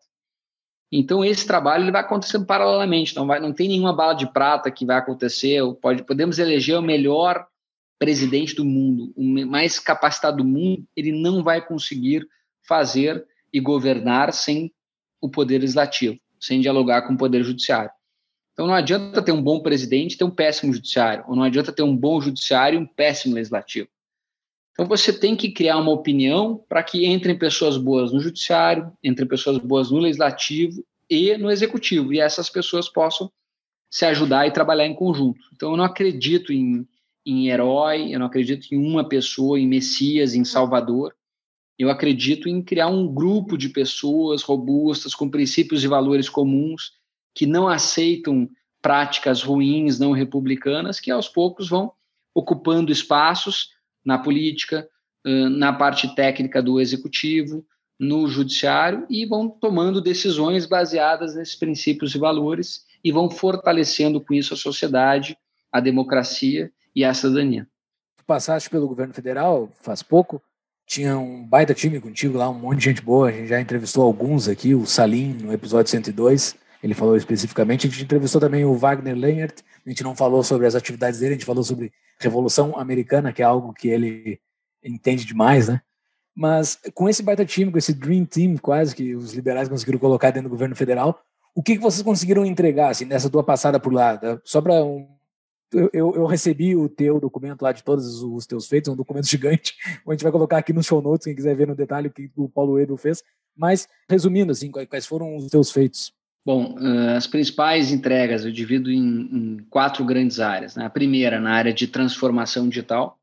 Então, esse trabalho ele vai acontecendo paralelamente, não, vai, não tem nenhuma bala de prata que vai acontecer, pode, podemos eleger o melhor presidente do mundo, o mais capacitado do mundo, ele não vai conseguir fazer e governar sem o poder legislativo, sem dialogar com o poder judiciário. Então, não adianta ter um bom presidente e ter um péssimo judiciário, ou não adianta ter um bom judiciário e um péssimo legislativo. Então, você tem que criar uma opinião para que entrem pessoas boas no judiciário, entrem pessoas boas no legislativo e no executivo, e essas pessoas possam se ajudar e trabalhar em conjunto. Então, eu não acredito em, em herói, eu não acredito em uma pessoa, em Messias, em Salvador. Eu acredito em criar um grupo de pessoas robustas, com princípios e valores comuns, que não aceitam práticas ruins, não republicanas, que aos poucos vão ocupando espaços na política, na parte técnica do executivo, no judiciário, e vão tomando decisões baseadas nesses princípios e valores e vão fortalecendo com isso a sociedade, a democracia e a cidadania. Tu passaste pelo governo federal faz pouco, tinha um baita time contigo lá, um monte de gente boa, a gente já entrevistou alguns aqui, o Salim no episódio cento e dois, ele falou especificamente, a gente entrevistou também o Wagner Lenhert, a gente não falou sobre as atividades dele, a gente falou sobre Revolução Americana, que é algo que ele entende demais, né? Mas com esse baita time, com esse Dream Team quase, que os liberais conseguiram colocar dentro do governo federal, o que, que vocês conseguiram entregar, assim, nessa tua passada por lá? Só para um... Eu, eu, eu recebi o teu documento lá de todos os teus feitos, é um documento gigante, a gente vai colocar aqui nos show notes, quem quiser ver no detalhe o que o Paulo Ebel fez, mas resumindo, assim, quais foram os teus feitos? Bom, as principais entregas eu divido em, em quatro grandes áreas, né? A primeira, na área de transformação digital,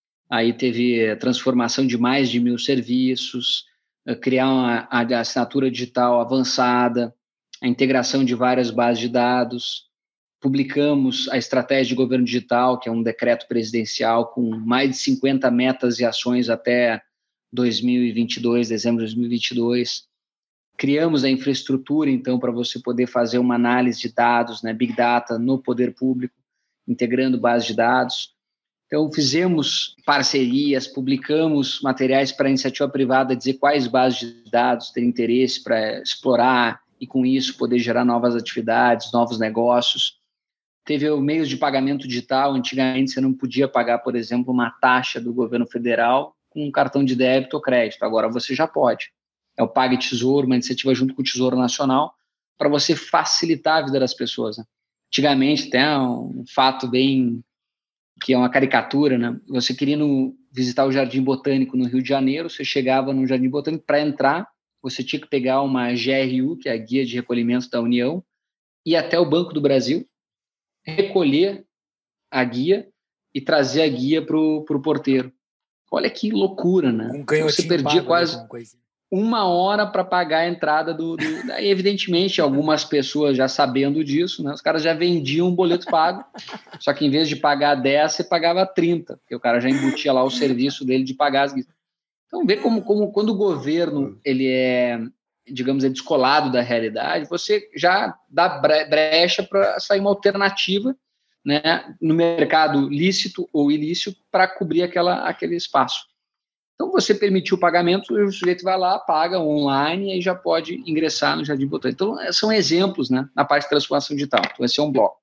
aí teve a transformação de mais de mil serviços, criar uma, a assinatura digital avançada, a integração de várias bases de dados, publicamos a estratégia de governo digital, que é um decreto presidencial com mais de cinquenta metas e ações até dois mil e vinte e dois, dezembro de dois mil e vinte e dois. Criamos a infraestrutura, então, para você poder fazer uma análise de dados, né, Big Data, no poder público, integrando bases de dados. Então, fizemos parcerias, publicamos materiais para a iniciativa privada dizer quais bases de dados têm interesse para explorar e, com isso, poder gerar novas atividades, novos negócios. Teve o meio de pagamento digital. Antigamente, você não podia pagar, por exemplo, uma taxa do governo federal com um cartão de débito ou crédito. Agora você já pode. É o Pague Tesouro, uma iniciativa junto com o Tesouro Nacional, para você facilitar a vida das pessoas. Né? Antigamente, tem um fato bem... que é uma caricatura, né? Você queria no, visitar o Jardim Botânico no Rio de Janeiro, você chegava no Jardim Botânico, para entrar, você tinha que pegar uma G R U, que é a Guia de Recolhimento da União, ir até o Banco do Brasil, recolher a guia e trazer a guia para o porteiro. Olha que loucura, né? Um Você perdia quase uma hora para pagar a entrada do... do... Daí, evidentemente, algumas pessoas já sabendo disso, né? Os caras já vendiam um boleto pago, só que em vez de pagar dez, você pagava trinta, porque o cara já embutia lá o serviço dele de pagar as guias. Então, vê como, como quando o governo ele é, digamos, é descolado da realidade, você já dá brecha para sair uma alternativa, né, no mercado lícito ou ilícito para cobrir aquela, aquele espaço. Então, você permitiu o pagamento, o sujeito vai lá, paga online e aí já pode ingressar no Jardim Botânico. Então, são exemplos, né, na parte de transformação digital. Então, esse é um bloco.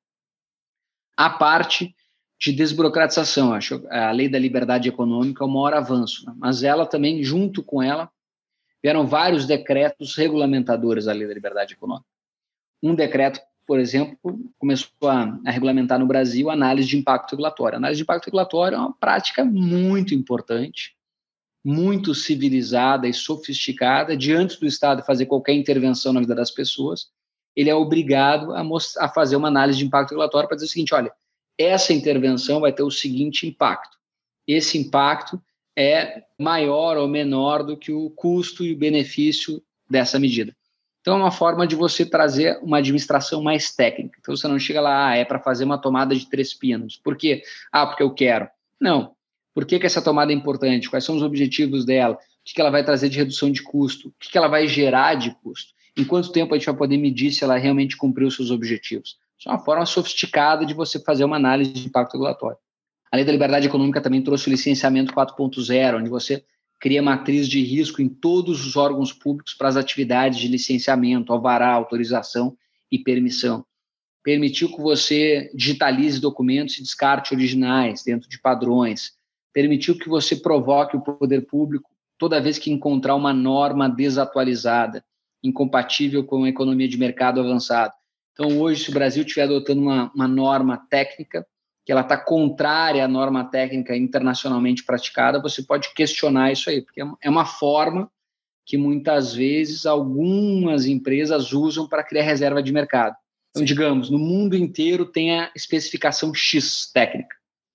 A parte de desburocratização, acho que a Lei da Liberdade Econômica é o maior avanço, né? Mas ela também, junto com ela, vieram vários decretos regulamentadores da Lei da Liberdade Econômica. Um decreto, por exemplo, começou a, a regulamentar no Brasil a análise de impacto regulatório. A análise de impacto regulatório é uma prática muito importante, muito civilizada e sofisticada. Diante do Estado fazer qualquer intervenção na vida das pessoas, ele é obrigado a, a fazer uma análise de impacto regulatório para dizer o seguinte, olha, essa intervenção vai ter o seguinte impacto. Esse impacto é maior ou menor do que o custo e o benefício dessa medida. Então, é uma forma de você trazer uma administração mais técnica. Então, você não chega lá, ah, é para fazer uma tomada de três pinos. Por quê? Ah, porque eu quero. Não. Por que, que essa tomada é importante? Quais são os objetivos dela? O que, que ela vai trazer de redução de custo? O que, que ela vai gerar de custo? Em quanto tempo a gente vai poder medir se ela realmente cumpriu os seus objetivos? Isso é uma forma sofisticada de você fazer uma análise de impacto regulatório. A Lei da Liberdade Econômica também trouxe o licenciamento quatro ponto zero, onde você cria matriz de risco em todos os órgãos públicos para as atividades de licenciamento, alvará, autorização e permissão. Permitiu que você digitalize documentos e descarte originais dentro de padrões. Permitiu que você provoque o poder público toda vez que encontrar uma norma desatualizada, incompatível com a economia de mercado avançado. Então, hoje, se o Brasil estiver adotando uma, uma norma técnica, que ela está contrária à norma técnica internacionalmente praticada, você pode questionar isso aí, porque é uma forma que, muitas vezes, algumas empresas usam para criar reserva de mercado. Então, digamos, no mundo inteiro tem a especificação X técnica.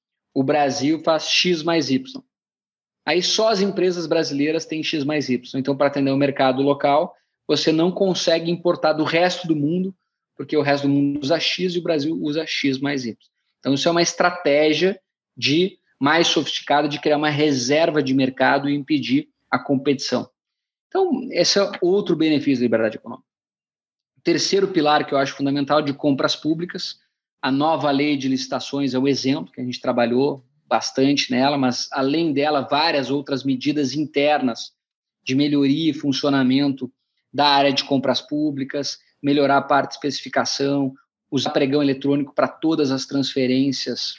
O Brasil faz X mais Y. Aí só as empresas brasileiras têm X mais Y. Então, para atender o mercado local, você não consegue importar do resto do mundo, porque o resto do mundo usa X e o Brasil usa X mais Y. Então, isso é uma estratégia de mais sofisticada de criar uma reserva de mercado e impedir a competição. Então, esse é outro benefício da liberdade econômica. O terceiro pilar que eu acho fundamental de compras públicas, a nova lei de licitações é o exemplo, que a gente trabalhou bastante nela, mas, além dela, várias outras medidas internas de melhoria e funcionamento da área de compras públicas, melhorar a parte de especificação, usar pregão eletrônico para todas as transferências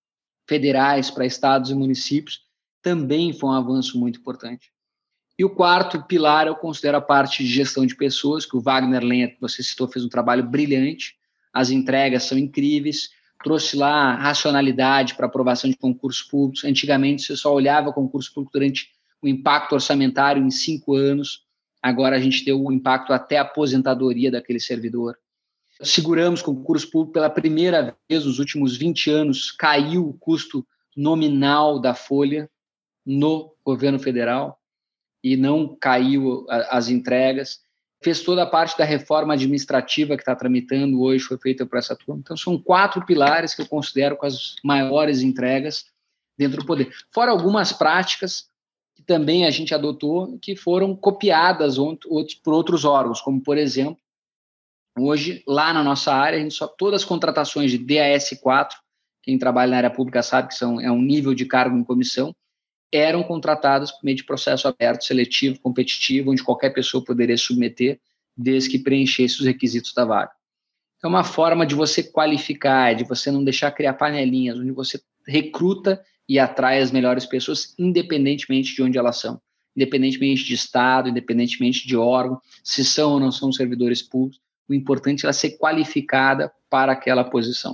federais para estados e municípios, também foi um avanço muito importante. E o quarto pilar, eu considero a parte de gestão de pessoas, que o Wagner Lenha, que você citou, fez um trabalho brilhante, as entregas são incríveis, trouxe lá racionalidade para aprovação de concursos públicos. Antigamente, você só olhava concurso público durante o impacto orçamentário em cinco anos, agora a gente deu o impacto até a aposentadoria daquele servidor. Seguramos concurso público pela primeira vez nos últimos vinte anos, caiu o custo nominal da folha no governo federal e não caiu as entregas. fez toda a parte da reforma administrativa que está tramitando hoje, foi feita por essa turma. Então, são quatro pilares que eu considero com as maiores entregas dentro do poder. Fora algumas práticas que também a gente adotou, que foram copiadas por outros órgãos, como, por exemplo, hoje, lá na nossa área, a gente só, todas as contratações de D A S quatro, quem trabalha na área pública sabe que são, é um nível de cargo em comissão, eram contratadas por meio de processo aberto, seletivo, competitivo, onde qualquer pessoa poderia submeter, desde que preenchesse os requisitos da vaga. É uma forma de você qualificar, de você não deixar criar panelinhas, onde você recruta e atrai as melhores pessoas, independentemente de onde elas são, independentemente de estado, independentemente de órgão, se são ou não são servidores públicos. O importante é ela ser qualificada para aquela posição.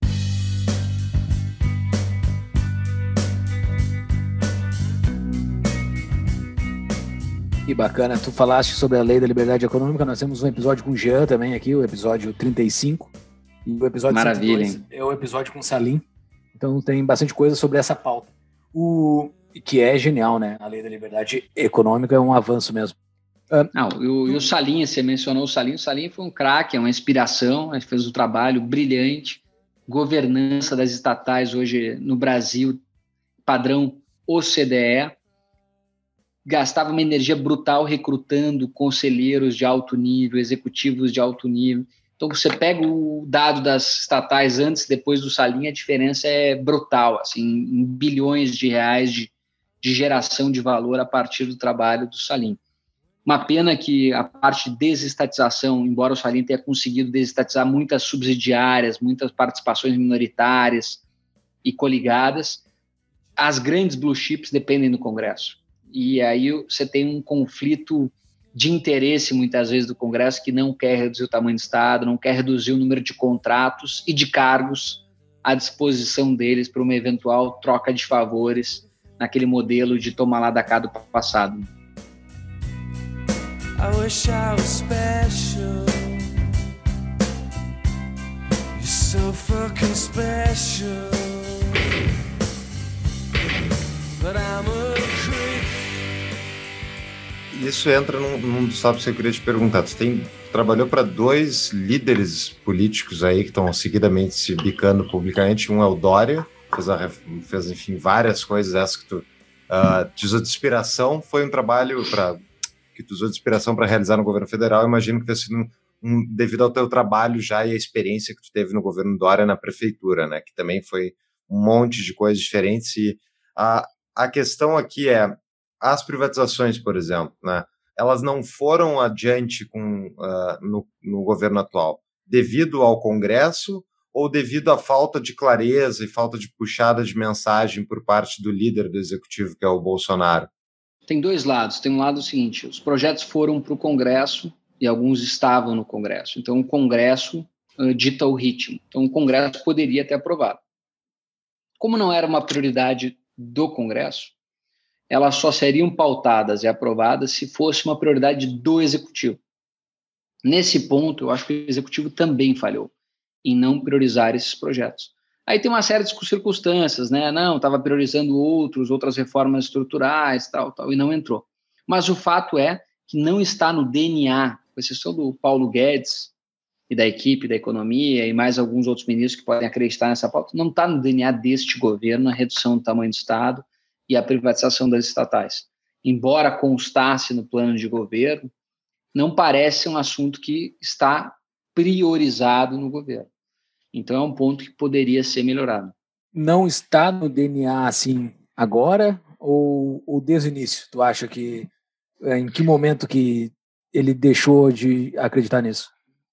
Que bacana, tu falaste sobre a Lei da Liberdade Econômica, nós temos um episódio com o Jean também aqui, o episódio trinta e cinco, e o episódio Maravilha, cento e dois é o episódio com o Salim, então tem bastante coisa sobre essa pauta, o que é genial, né? A Lei da Liberdade Econômica é um avanço mesmo. Uh, Não, e o, e o Salim, você mencionou o Salim, o Salim foi um craque, é uma inspiração, ele fez um trabalho brilhante, governança das estatais hoje no Brasil, padrão O C D E, gastava uma energia brutal recrutando conselheiros de alto nível, executivos de alto nível. Então, você pega o dado das estatais antes e depois do Salim, a diferença é brutal, assim, em bilhões de reais de, de geração de valor a partir do trabalho do Salim. Uma pena que a parte de desestatização, embora o Salim tenha conseguido desestatizar muitas subsidiárias, muitas participações minoritárias e coligadas, as grandes blue chips dependem do Congresso. E aí você tem um conflito de interesse, muitas vezes, do Congresso, que não quer reduzir o tamanho do Estado, não quer reduzir o número de contratos e de cargos à disposição deles para uma eventual troca de favores naquele modelo de toma lá da cá do passado. I wish I was special. You're so fucking special. But I'm a Isso entra num, num dos tópicos que eu queria te perguntar. Tu tem, trabalhou para dois líderes políticos aí que estão seguidamente se bicando publicamente. Um é o Dória, fez, a, fez enfim, várias coisas essas que tu uh, te usou de inspiração. Foi um trabalho pra, que tu usou de inspiração para realizar no governo federal. Eu imagino que tenha sido um, um, devido ao teu trabalho já e a experiência que tu teve no governo Dória na prefeitura, né? Que também foi um monte de coisas diferentes. E a, a questão aqui é as privatizações, por exemplo, né, elas não foram adiante com, uh, no, no governo atual, devido ao Congresso ou devido à falta de clareza e falta de puxada de mensagem por parte do líder do Executivo, que é o Bolsonaro? Tem dois lados. Tem um lado seguinte, os projetos foram para o Congresso e alguns estavam no Congresso. Então, o Congresso uh, dita o ritmo. Então, o Congresso poderia ter aprovado. Como não era uma prioridade do Congresso, elas só seriam pautadas e aprovadas se fosse uma prioridade do Executivo. Nesse ponto, eu acho que o Executivo também falhou em não priorizar esses projetos. Aí tem uma série de circunstâncias, né? Não, estava priorizando outros, outras reformas estruturais, tal, tal, e não entrou. Mas o fato é que não está no D N A, com exceção do Paulo Guedes e da equipe da economia e mais alguns outros ministros que podem acreditar nessa pauta, não está no D N A deste governo a redução do tamanho do Estado e a privatização das estatais. Embora constasse no plano de governo, não parece um assunto que está priorizado no governo. Então é um ponto que poderia ser melhorado. Não está no D N A assim agora ou, ou desde o início? Tu acha que em que momento que ele deixou de acreditar nisso?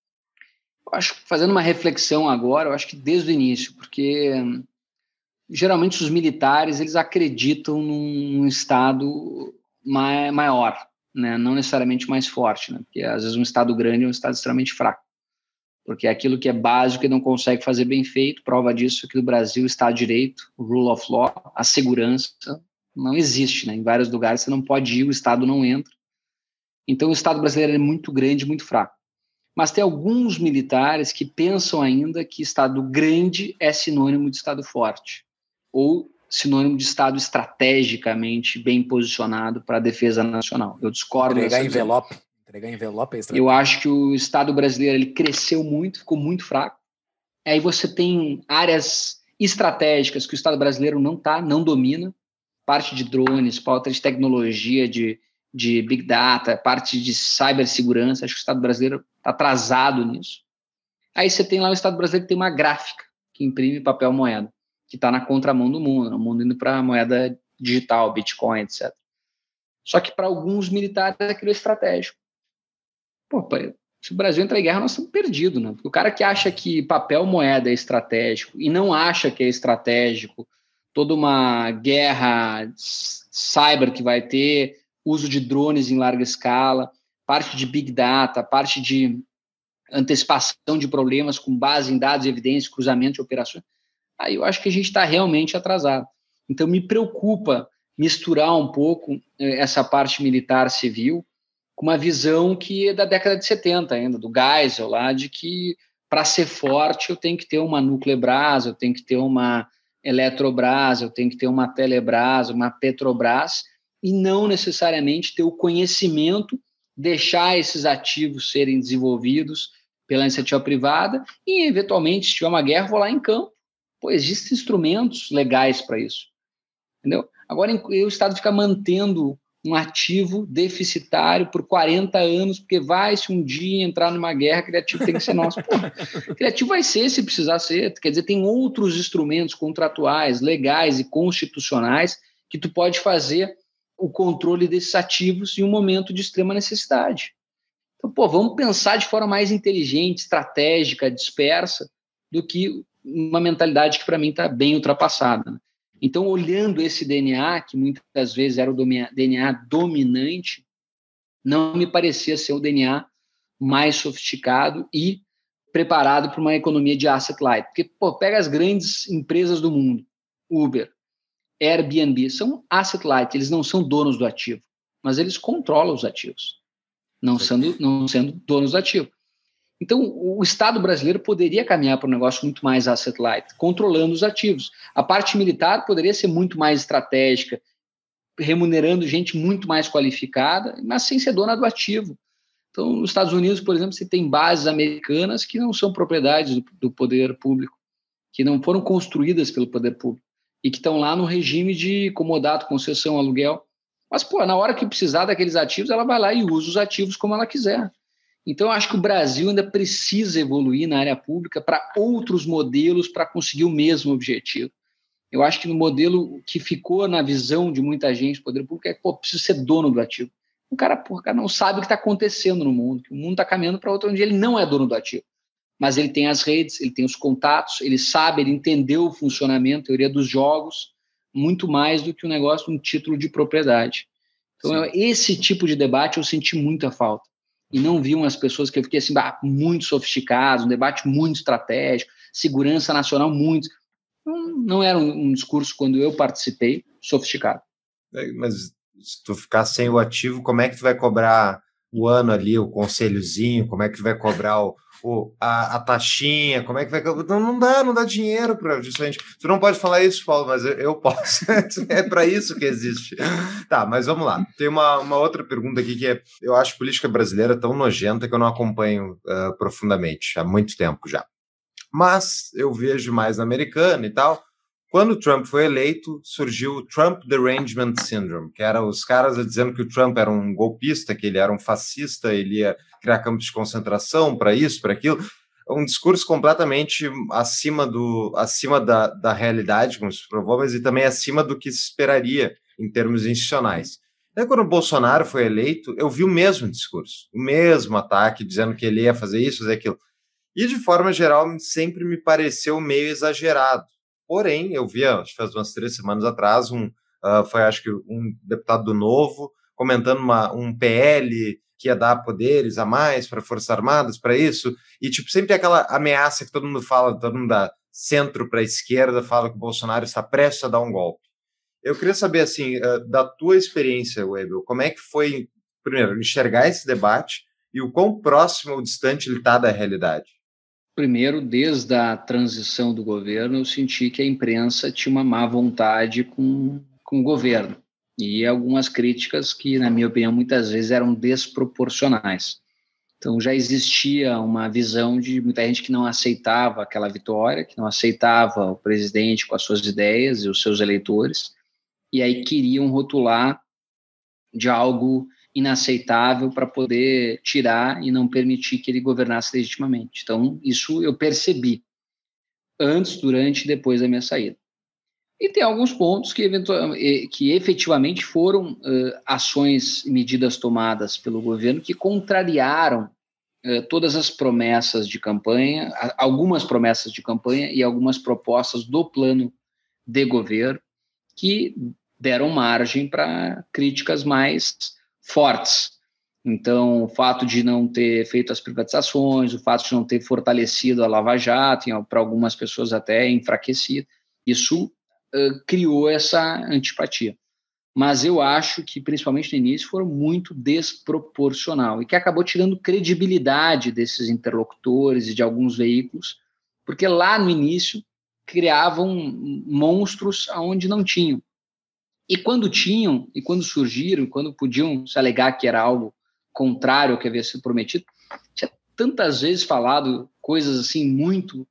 Eu acho que fazendo uma reflexão agora, eu acho que desde o início, porque geralmente os militares eles acreditam num, num Estado mai, maior, né? Não necessariamente mais forte, né? Porque às vezes um Estado grande é um Estado extremamente fraco, porque é aquilo que é básico e não consegue fazer bem feito. Prova disso é que no Brasil o Estado de Direito, o rule of law, a segurança não existe, né? Em vários lugares você não pode ir, o Estado não entra. Então o Estado brasileiro é muito grande, muito fraco. Mas tem alguns militares que pensam ainda que Estado grande é sinônimo de Estado forte, ou sinônimo de Estado estrategicamente bem posicionado para a defesa nacional. Eu discordo. Entregar dessa envelope. Entregar envelope é Eu acho que o Estado brasileiro ele cresceu muito, ficou muito fraco. Aí você tem áreas estratégicas que o Estado brasileiro não tá, não domina. Parte de drones, parte de tecnologia, de, de Big Data, parte de cibersegurança. Acho que o Estado brasileiro está atrasado nisso. Aí você tem lá o Estado brasileiro que tem uma gráfica que imprime papel moeda, que está na contramão do mundo, o mundo indo para a moeda digital, Bitcoin, etcétera. Só que para alguns militares aquilo é estratégico. Pô, se o Brasil entrar em guerra, nós estamos perdidos, né? Porque o cara que acha que papel moeda é estratégico e não acha que é estratégico toda uma guerra cyber que vai ter, uso de drones em larga escala, parte de Big Data, parte de antecipação de problemas com base em dados, evidências, cruzamento de operações, aí eu acho que a gente está realmente atrasado. Então me preocupa misturar um pouco essa parte militar civil com uma visão que é da década de setenta ainda, do Geisel lá, de que para ser forte eu tenho que ter uma Nucleabras, eu tenho que ter uma Eletrobras, eu tenho que ter uma Telebrás, uma Petrobras, e não necessariamente ter o conhecimento, deixar esses ativos serem desenvolvidos pela iniciativa privada e, eventualmente, se tiver uma guerra, vou lá em campo. Pô, existem instrumentos legais para isso. Entendeu? Agora, o Estado fica mantendo um ativo deficitário por quarenta anos, porque vai, se um dia entrar numa guerra, criativo tem que ser nosso. Pô, criativo vai ser se precisar ser. Quer dizer, tem outros instrumentos contratuais, legais e constitucionais que tu pode fazer o controle desses ativos em um momento de extrema necessidade. Então, pô, vamos pensar de forma mais inteligente, estratégica, dispersa, do que uma mentalidade que, para mim, está bem ultrapassada, né? Então, olhando esse D N A, que muitas vezes era o D N A dominante, não me parecia ser o D N A mais sofisticado e preparado para uma economia de asset light. Porque, pô, pega as grandes empresas do mundo, Uber, Airbnb, são asset light, eles não são donos do ativo, mas eles controlam os ativos, não sendo, não sendo donos do ativo. Então, o Estado brasileiro poderia caminhar para um negócio muito mais asset light, controlando os ativos. A parte militar poderia ser muito mais estratégica, remunerando gente muito mais qualificada, mas sem ser dona do ativo. Então, nos Estados Unidos, por exemplo, você tem bases americanas que não são propriedades do, do poder público, que não foram construídas pelo poder público e que estão lá no regime de comodato, concessão, aluguel. Mas, pô, na hora que precisar daqueles ativos, ela vai lá e usa os ativos como ela quiser. Então, eu acho que o Brasil ainda precisa evoluir na área pública para outros modelos para conseguir o mesmo objetivo. Eu acho que no modelo que ficou na visão de muita gente do poder público é que, pô, preciso ser dono do ativo. O cara, pô, o cara não sabe o que está acontecendo no mundo, que o mundo está caminhando para outro onde ele não é dono do ativo. Mas ele tem as redes, ele tem os contatos, ele sabe, ele entendeu o funcionamento, a teoria dos jogos, muito mais do que um negócio de um título de propriedade. Então, eu, esse tipo de debate eu senti muita falta. E não vi umas pessoas que eu fiquei assim, bah, muito sofisticados, um debate muito estratégico, segurança nacional muito. Não, não era um, um discurso, quando eu participei, sofisticado. É, mas se tu ficar sem o ativo, como é que tu vai cobrar o ano ali, o conselhozinho, como é que tu vai cobrar o, o, a, a taxinha, como é que vai... Não, não dá, não dá dinheiro para justamente... Tu não pode falar isso, Paulo, mas eu, eu posso. É para isso que existe. Tá, mas vamos lá. Tem uma, uma outra pergunta aqui que é... Eu acho política brasileira tão nojenta que eu não acompanho uh, profundamente, há muito tempo já. Mas eu vejo mais na americana e tal. Quando o Trump foi eleito, surgiu o Trump Derangement Syndrome, que era os caras dizendo que o Trump era um golpista, que ele era um fascista, ele ia criar campos de concentração para isso, para aquilo. Um discurso completamente acima, do, acima da, da realidade, como se provou, mas e também acima do que se esperaria em termos institucionais. Daí, quando o Bolsonaro foi eleito, eu vi o mesmo discurso, o mesmo ataque, dizendo que ele ia fazer isso, fazer aquilo. E, de forma geral, sempre me pareceu meio exagerado. Porém, eu vi, acho que faz umas três semanas atrás, um, uh, foi acho que um deputado do Novo comentando uma, um P L que ia dar poderes a mais para Forças Armadas, para isso, e tipo, sempre tem aquela ameaça que todo mundo fala, todo mundo da centro para a esquerda fala que o Bolsonaro está prestes a dar um golpe. Eu queria saber, assim, uh, da tua experiência, Webel, como é que foi, primeiro, enxergar esse debate e o quão próximo ou distante ele está da realidade? Primeiro, desde a transição do governo, eu senti que a imprensa tinha uma má vontade com, com o governo. e algumas críticas que, na minha opinião, muitas vezes eram desproporcionais. Então, já existia uma visão de muita gente que não aceitava aquela vitória, que não aceitava o presidente com as suas ideias e os seus eleitores, e aí queriam rotular de algo inaceitável para poder tirar e não permitir que ele governasse legitimamente. Então, isso eu percebi antes, durante e depois da minha saída. E tem alguns pontos que, que efetivamente foram uh, ações e medidas tomadas pelo governo que contrariaram uh, todas as promessas de campanha, algumas promessas de campanha e algumas propostas do plano de governo que deram margem para críticas mais fortes. Então, o fato de não ter feito as privatizações, o fato de não ter fortalecido a Lava Jato, para algumas pessoas até enfraquecido, isso uh, criou essa antipatia. Mas eu acho que, principalmente no início, foram muito desproporcional e que acabou tirando credibilidade desses interlocutores e de alguns veículos, porque lá no início criavam monstros onde não tinham. E quando tinham, e quando surgiram, quando podiam se alegar que era algo contrário ao que havia sido prometido, tinha tantas vezes falado coisas assim muito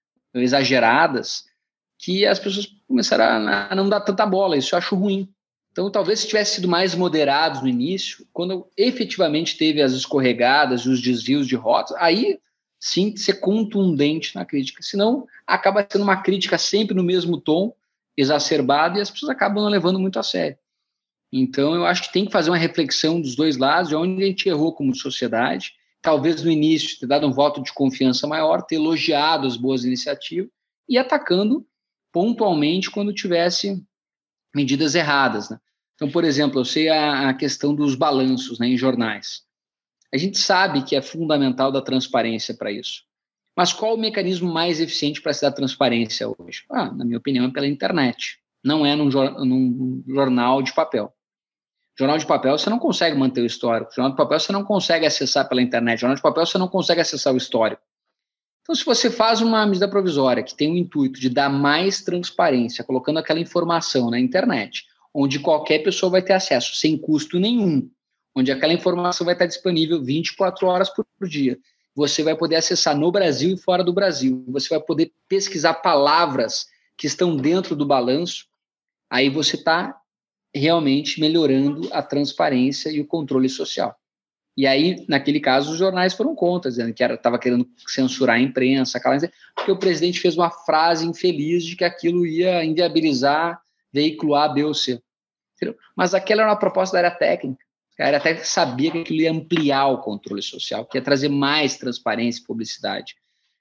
exageradas que as pessoas começaram a não dar tanta bola. Isso eu acho ruim. Então, talvez se tivesse sido mais moderados no início, quando efetivamente teve as escorregadas e os desvios de rotas, aí sim ser contundente na crítica. Senão, acaba sendo uma crítica sempre no mesmo tom, exacerbado, e as pessoas acabam não levando muito a sério. Então, eu acho que tem que fazer uma reflexão dos dois lados, de onde a gente errou como sociedade, talvez no início ter dado um voto de confiança maior, ter elogiado as boas iniciativas e atacando pontualmente quando tivesse medidas erradas, né? Então, por exemplo, eu sei a, a questão dos balanços, né, em jornais. A gente sabe que é fundamental da transparência para isso. Mas qual o mecanismo mais eficiente para se dar transparência hoje? Ah, na minha opinião, é pela internet. Não é num, num jornal de papel. Jornal de papel você não consegue manter o histórico. Jornal de papel você não consegue acessar pela internet. Jornal de papel você não consegue acessar o histórico. Então, se você faz uma medida provisória que tem o intuito de dar mais transparência, colocando aquela informação na internet, onde qualquer pessoa vai ter acesso sem custo nenhum, onde aquela informação vai estar disponível vinte e quatro horas por dia, você vai poder acessar no Brasil e fora do Brasil, você vai poder pesquisar palavras que estão dentro do balanço, aí você está realmente melhorando a transparência e o controle social. E aí, naquele caso, os jornais foram contra, dizendo que estava querendo censurar a imprensa, aquela, porque o presidente fez uma frase infeliz de que aquilo ia inviabilizar veículo A, B ou C. Entendeu? Mas aquela era uma proposta da área técnica. A área técnica sabia que aquilo ia ampliar o controle social, que ia trazer mais transparência e publicidade.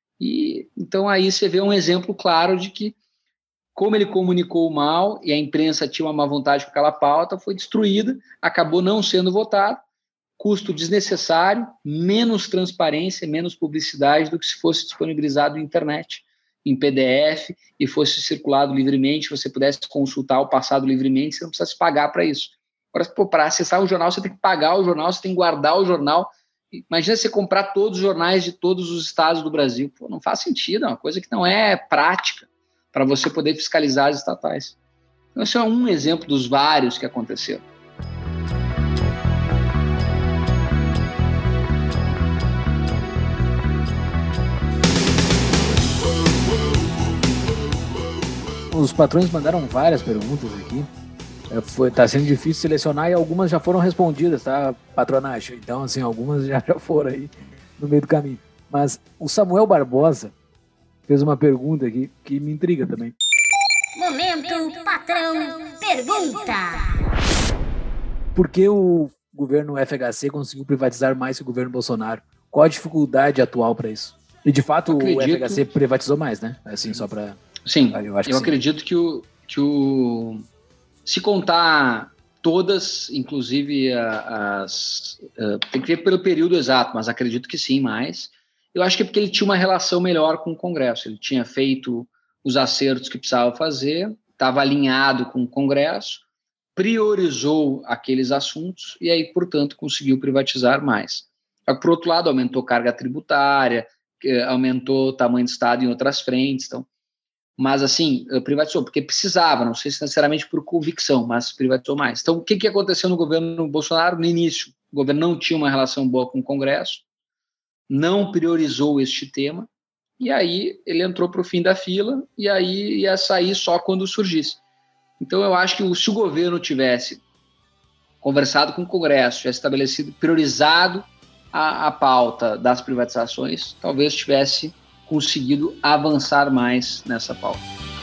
E, então, aí você vê um exemplo claro de que, como ele comunicou mal e a imprensa tinha uma má vontade com aquela pauta, foi destruída, acabou não sendo votado, custo desnecessário, menos transparência, menos publicidade do que se fosse disponibilizado na internet, em P D F, e fosse circulado livremente, você pudesse consultar o passado livremente, você não precisasse pagar para isso. Agora, para acessar o jornal, você tem que pagar o jornal, você tem que guardar o jornal. Imagina você comprar todos os jornais de todos os estados do Brasil. Pô, não faz sentido, é uma coisa que não é prática para você poder fiscalizar as estatais. Então, esse é um exemplo dos vários que aconteceram. Os patrões mandaram várias perguntas aqui. Foi, tá sendo difícil selecionar e algumas já foram respondidas, tá, patronagem? Então, assim, algumas já, já foram aí no meio do caminho. Mas o Samuel Barbosa fez uma pergunta aqui que me intriga também. Momento Patrão Pergunta. Por que o governo F H C conseguiu privatizar mais que o governo Bolsonaro? Qual a dificuldade atual para isso? E, de fato, acredito... o F H C privatizou mais, né? Assim, só para... Sim, eu, acho eu que acredito sim. que o... Que o... Se contar todas, inclusive as... Uh, tem que ver pelo período exato, mas acredito que sim, mais. Eu acho que é porque ele tinha uma relação melhor com o Congresso. Ele tinha feito os acertos que precisava fazer, estava alinhado com o Congresso, priorizou aqueles assuntos e aí, portanto, conseguiu privatizar mais. Por outro lado, aumentou carga tributária, aumentou o tamanho do Estado em outras frentes. Então, Mas, assim, privatizou, porque precisava, não sei se necessariamente por convicção, mas privatizou mais. Então, o que, que aconteceu no governo Bolsonaro? No início, o governo não tinha uma relação boa com o Congresso, não priorizou este tema, e aí ele entrou para o fim da fila, e aí ia sair só quando surgisse. Então, eu acho que se o governo tivesse conversado com o Congresso, tivesse estabelecido, priorizado a, a pauta das privatizações, talvez tivesse conseguido avançar mais nessa pauta.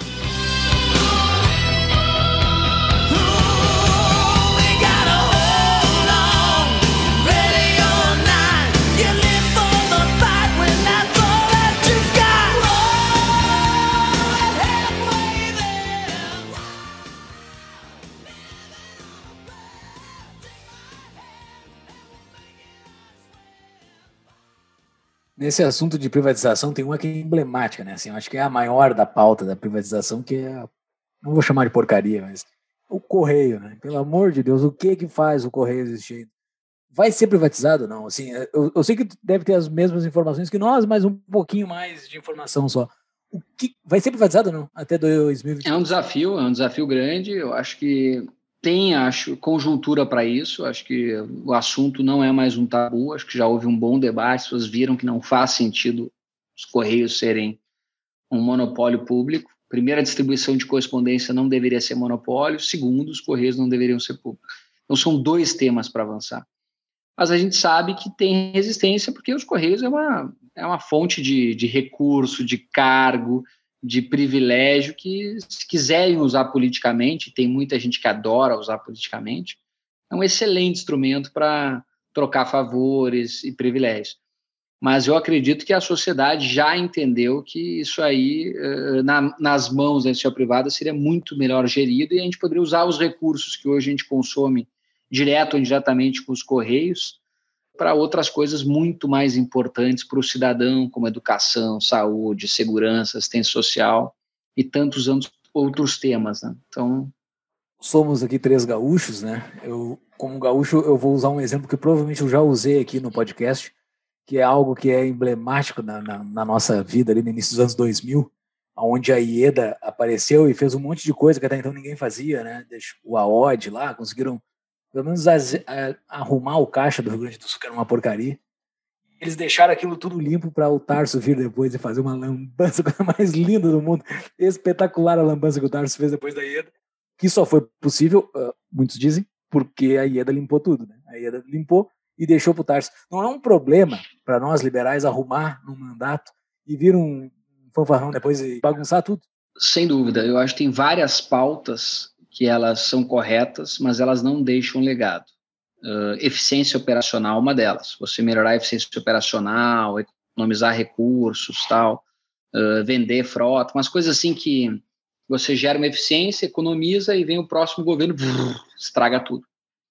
Nesse assunto de privatização, tem uma que é emblemática, né? Assim, eu acho que é a maior da pauta da privatização, que é, não vou chamar de porcaria, mas o Correio, né? Pelo amor de Deus, o que que faz o Correio existir? Vai ser privatizado ou não? Assim, eu, eu sei que tu deve ter as mesmas informações que nós, mas um pouquinho mais de informação só. O que vai ser privatizado ou não? Até dois mil e vinte e dois? É um desafio, é um desafio grande. Eu acho que tem, acho, conjuntura para isso. Acho que o assunto não é mais um tabu. Acho que já houve um bom debate. As pessoas viram que não faz sentido os Correios serem um monopólio público. Primeiro, a distribuição de correspondência não deveria ser monopólio. Segundo, os Correios não deveriam ser públicos. Então, são dois temas para avançar. Mas a gente sabe que tem resistência, porque os Correios é uma, é uma fonte de, de recurso, de cargo, de privilégio, que, se quiserem usar politicamente, tem muita gente que adora usar politicamente, é um excelente instrumento para trocar favores e privilégios. Mas eu acredito que a sociedade já entendeu que isso aí, na, nas mãos da iniciativa privada, seria muito melhor gerido, e a gente poderia usar os recursos que hoje a gente consome direto ou indiretamente com os Correios para outras coisas muito mais importantes para o cidadão, como educação, saúde, segurança, assistência social e tantos outros temas, né? Então, somos aqui três gaúchos, né? Eu, como gaúcho, eu vou usar um exemplo que provavelmente eu já usei aqui no podcast, que é algo que é emblemático na, na, na nossa vida ali no início dos anos dois mil, onde a Ieda apareceu e fez um monte de coisa que até então ninguém fazia, né? O A O D lá, conseguiram pelo menos a, a, arrumar o caixa do Rio Grande do Sul, que era uma porcaria. Eles deixaram aquilo tudo limpo para o Tarso vir depois e fazer uma lambança, coisa mais linda do mundo. Espetacular a lambança que o Tarso fez depois da Ieda, que só foi possível, uh, muitos dizem, porque a Ieda limpou tudo, né? A Ieda limpou e deixou para o Tarso. Não é um problema para nós liberais arrumar num mandato e vir um fanfarrão depois e bagunçar tudo? Sem dúvida. Eu acho que tem várias pautas que elas são corretas, mas elas não deixam legado. Uh, eficiência operacional é uma delas. Você melhorar a eficiência operacional, economizar recursos, tal, uh, vender frota, umas coisas assim que você gera uma eficiência, economiza e vem o próximo governo, brrr, estraga tudo.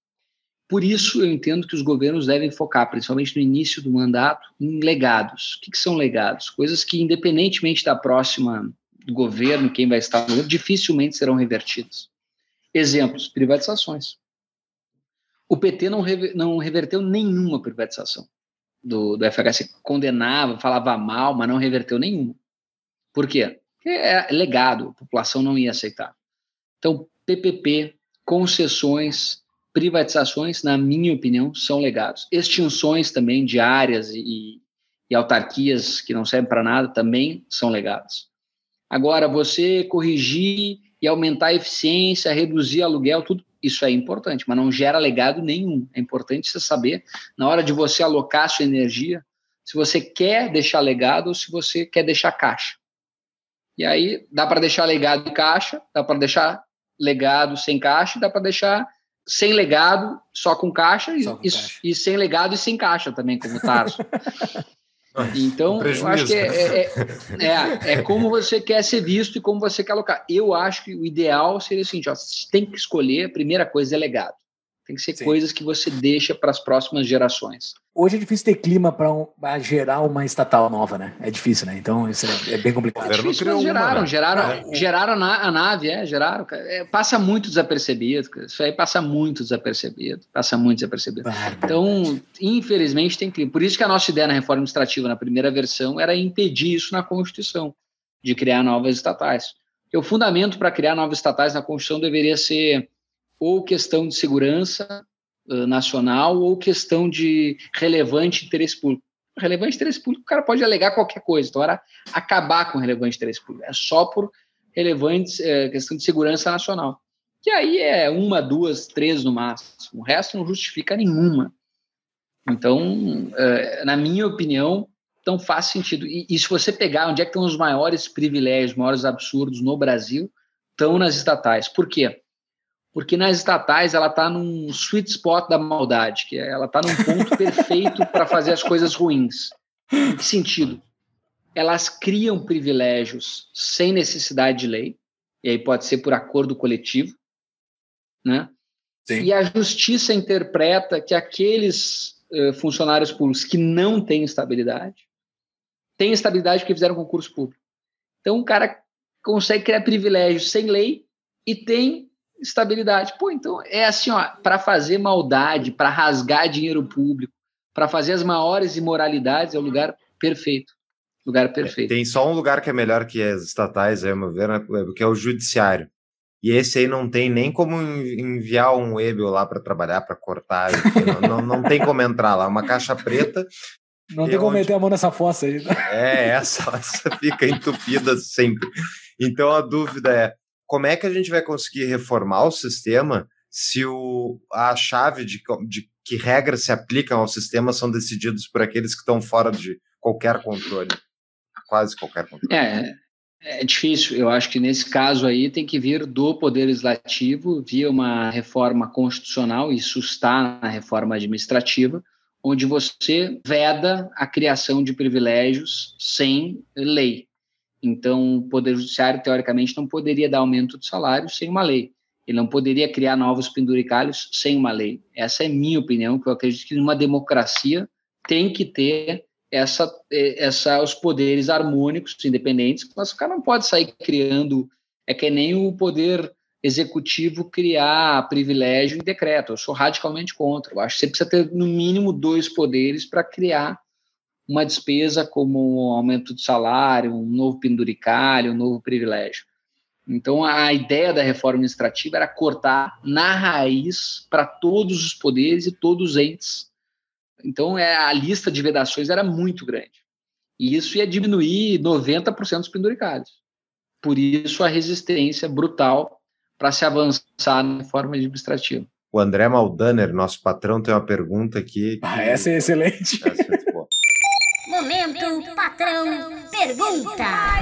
Por isso, eu entendo que os governos devem focar, principalmente no início do mandato, em legados. O que, que são legados? Coisas que, independentemente da próxima do governo, quem vai estar no governo, dificilmente serão revertidas. Exemplos, privatizações. O P T não, rever, não reverteu nenhuma privatização do, do F H C. Condenava, falava mal, mas não reverteu nenhuma. Por quê? Porque é legado, a população não ia aceitar. Então, P P P, concessões, privatizações, na minha opinião, são legados. Extinções também de áreas e, e autarquias que não servem para nada também são legados. Agora, você corrigir e aumentar a eficiência, reduzir aluguel, tudo isso é importante, mas não gera legado nenhum. É importante você saber, na hora de você alocar sua energia, se você quer deixar legado ou se você quer deixar caixa. E aí, dá para deixar legado em caixa, dá para deixar legado sem caixa, dá para deixar sem legado, só com caixa, só com e, caixa. E, e sem legado e sem caixa também, como o Tarso. Então, eu acho que é, é, é, é como você quer ser visto e como você quer alocar. Eu acho que o ideal seria o seguinte, ó, você tem que escolher, a primeira coisa é legado. Tem que ser Sim. coisas que você deixa para as próximas gerações. Hoje é difícil ter clima para um, gerar uma estatal nova, né? É difícil, né? Então isso é, é bem complicado. É difícil, mas geraram, uma, né? geraram, é. geraram a, a nave, é, geraram. É, passa muito desapercebido, isso aí passa muito desapercebido, passa muito desapercebido. Ah, então, infelizmente, tem clima. Por isso que a nossa ideia na reforma administrativa, na primeira versão, era impedir isso na Constituição. de criar novas estatais. Porque o fundamento para criar novas estatais na Constituição deveria ser ou questão de segurança uh, nacional ou questão de relevante interesse público. Relevante interesse público, o cara pode alegar qualquer coisa, então era acabar com relevante interesse público. É só por relevante é, questão de segurança nacional. Que aí é uma, duas, três no máximo. O resto não justifica nenhuma. Então, é, na minha opinião, não faz sentido. E, e se você pegar onde é que estão os maiores privilégios, os maiores absurdos no Brasil, estão nas estatais. Por quê? Porque nas estatais ela está num sweet spot da maldade, que é, ela está num ponto perfeito para fazer as coisas ruins. Em que sentido? Elas criam privilégios sem necessidade de lei, e aí pode ser por acordo coletivo, né? Sim. E a justiça interpreta que aqueles uh, funcionários públicos que não têm estabilidade, têm estabilidade porque fizeram concurso público. Então o cara consegue criar privilégios sem lei e tem estabilidade. Pô, então é assim, ó, para fazer maldade, para rasgar dinheiro público, para fazer as maiores imoralidades, é o lugar perfeito. Lugar perfeito. Tem só um lugar que é melhor que as estatais, aí, ao meu ver, que é o judiciário. E esse aí não tem nem como enviar um Webel lá para trabalhar, para cortar. Não, não, não tem como entrar lá. Uma caixa preta. Não tem como onde... meter a mão nessa fossa aí. É, essa, essa fica entupida sempre. Então a dúvida é, como é que a gente vai conseguir reformar o sistema se o, a chave de, de que regras se aplicam ao sistema são decididos por aqueles que estão fora de qualquer controle? Quase qualquer controle. É, é difícil. Eu acho que nesse caso aí tem que vir do Poder Legislativo via uma reforma constitucional, isso está na reforma administrativa, onde você veda a criação de privilégios sem lei. Então, o Poder Judiciário, teoricamente, não poderia dar aumento de salário sem uma lei. Ele não poderia criar novos penduricalhos sem uma lei. Essa é minha opinião, que eu acredito que numa democracia tem que ter essa, essa, os poderes harmônicos, independentes, mas o cara não pode sair criando, é que nem o poder executivo criar privilégio em decreto. Eu sou radicalmente contra. Eu acho que você precisa ter, no mínimo, dois poderes para criar uma despesa como um aumento de salário, um novo penduricalho, um novo privilégio. Então, a ideia da reforma administrativa era cortar na raiz para todos os poderes e todos os entes. Então, é, a lista de vedações era muito grande. E isso ia diminuir noventa por cento dos penduricalhos. Por isso, a resistência brutal para se avançar na reforma administrativa. O André Maldaner, nosso patrão, tem uma pergunta aqui. Que... Ah, essa é excelente. Essa é muito boa. Momento Patrão Pergunta.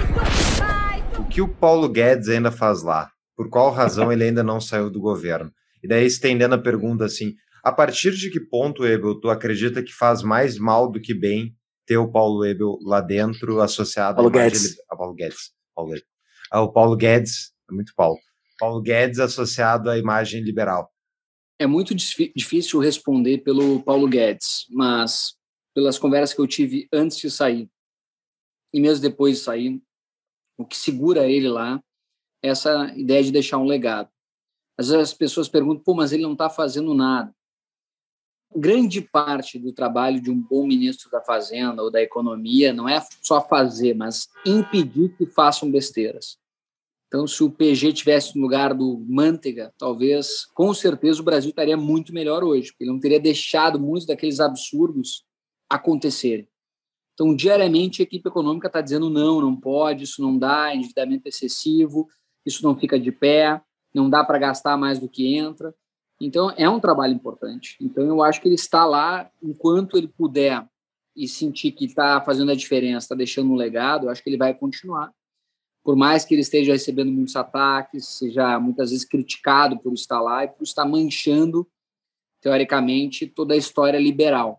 O que o Paulo Guedes ainda faz lá? Por qual razão ele ainda não saiu do governo? E daí, estendendo a pergunta assim, a partir de que ponto, Webel, tu acredita que faz mais mal do que bem ter o Paulo Webel lá dentro, associado Paulo à imagem... Guedes. Ah, Paulo Guedes. Paulo Guedes. Ah, o Paulo Guedes, é muito Paulo. Paulo Guedes associado à imagem liberal. É muito difícil responder pelo Paulo Guedes, mas pelas conversas que eu tive antes de sair e mesmo depois de sair, o que segura ele lá é essa ideia de deixar um legado. Às vezes as pessoas perguntam, pô, mas ele não está fazendo nada. Grande parte do trabalho de um bom ministro da Fazenda ou da Economia não é só fazer, mas impedir que façam besteiras. Então, se o P G tivesse no lugar do Manteiga, talvez, com certeza, o Brasil estaria muito melhor hoje, porque ele não teria deixado muitos daqueles absurdos acontecerem. Então, diariamente, a equipe econômica está dizendo não, não pode, isso não dá, endividamento excessivo, isso não fica de pé, não dá para gastar mais do que entra. Então, é um trabalho importante. Então, eu acho que ele está lá enquanto ele puder e sentir que está fazendo a diferença, está deixando um legado, eu acho que ele vai continuar. Por mais que ele esteja recebendo muitos ataques, seja muitas vezes criticado por estar lá e por estar manchando, teoricamente, toda a história liberal.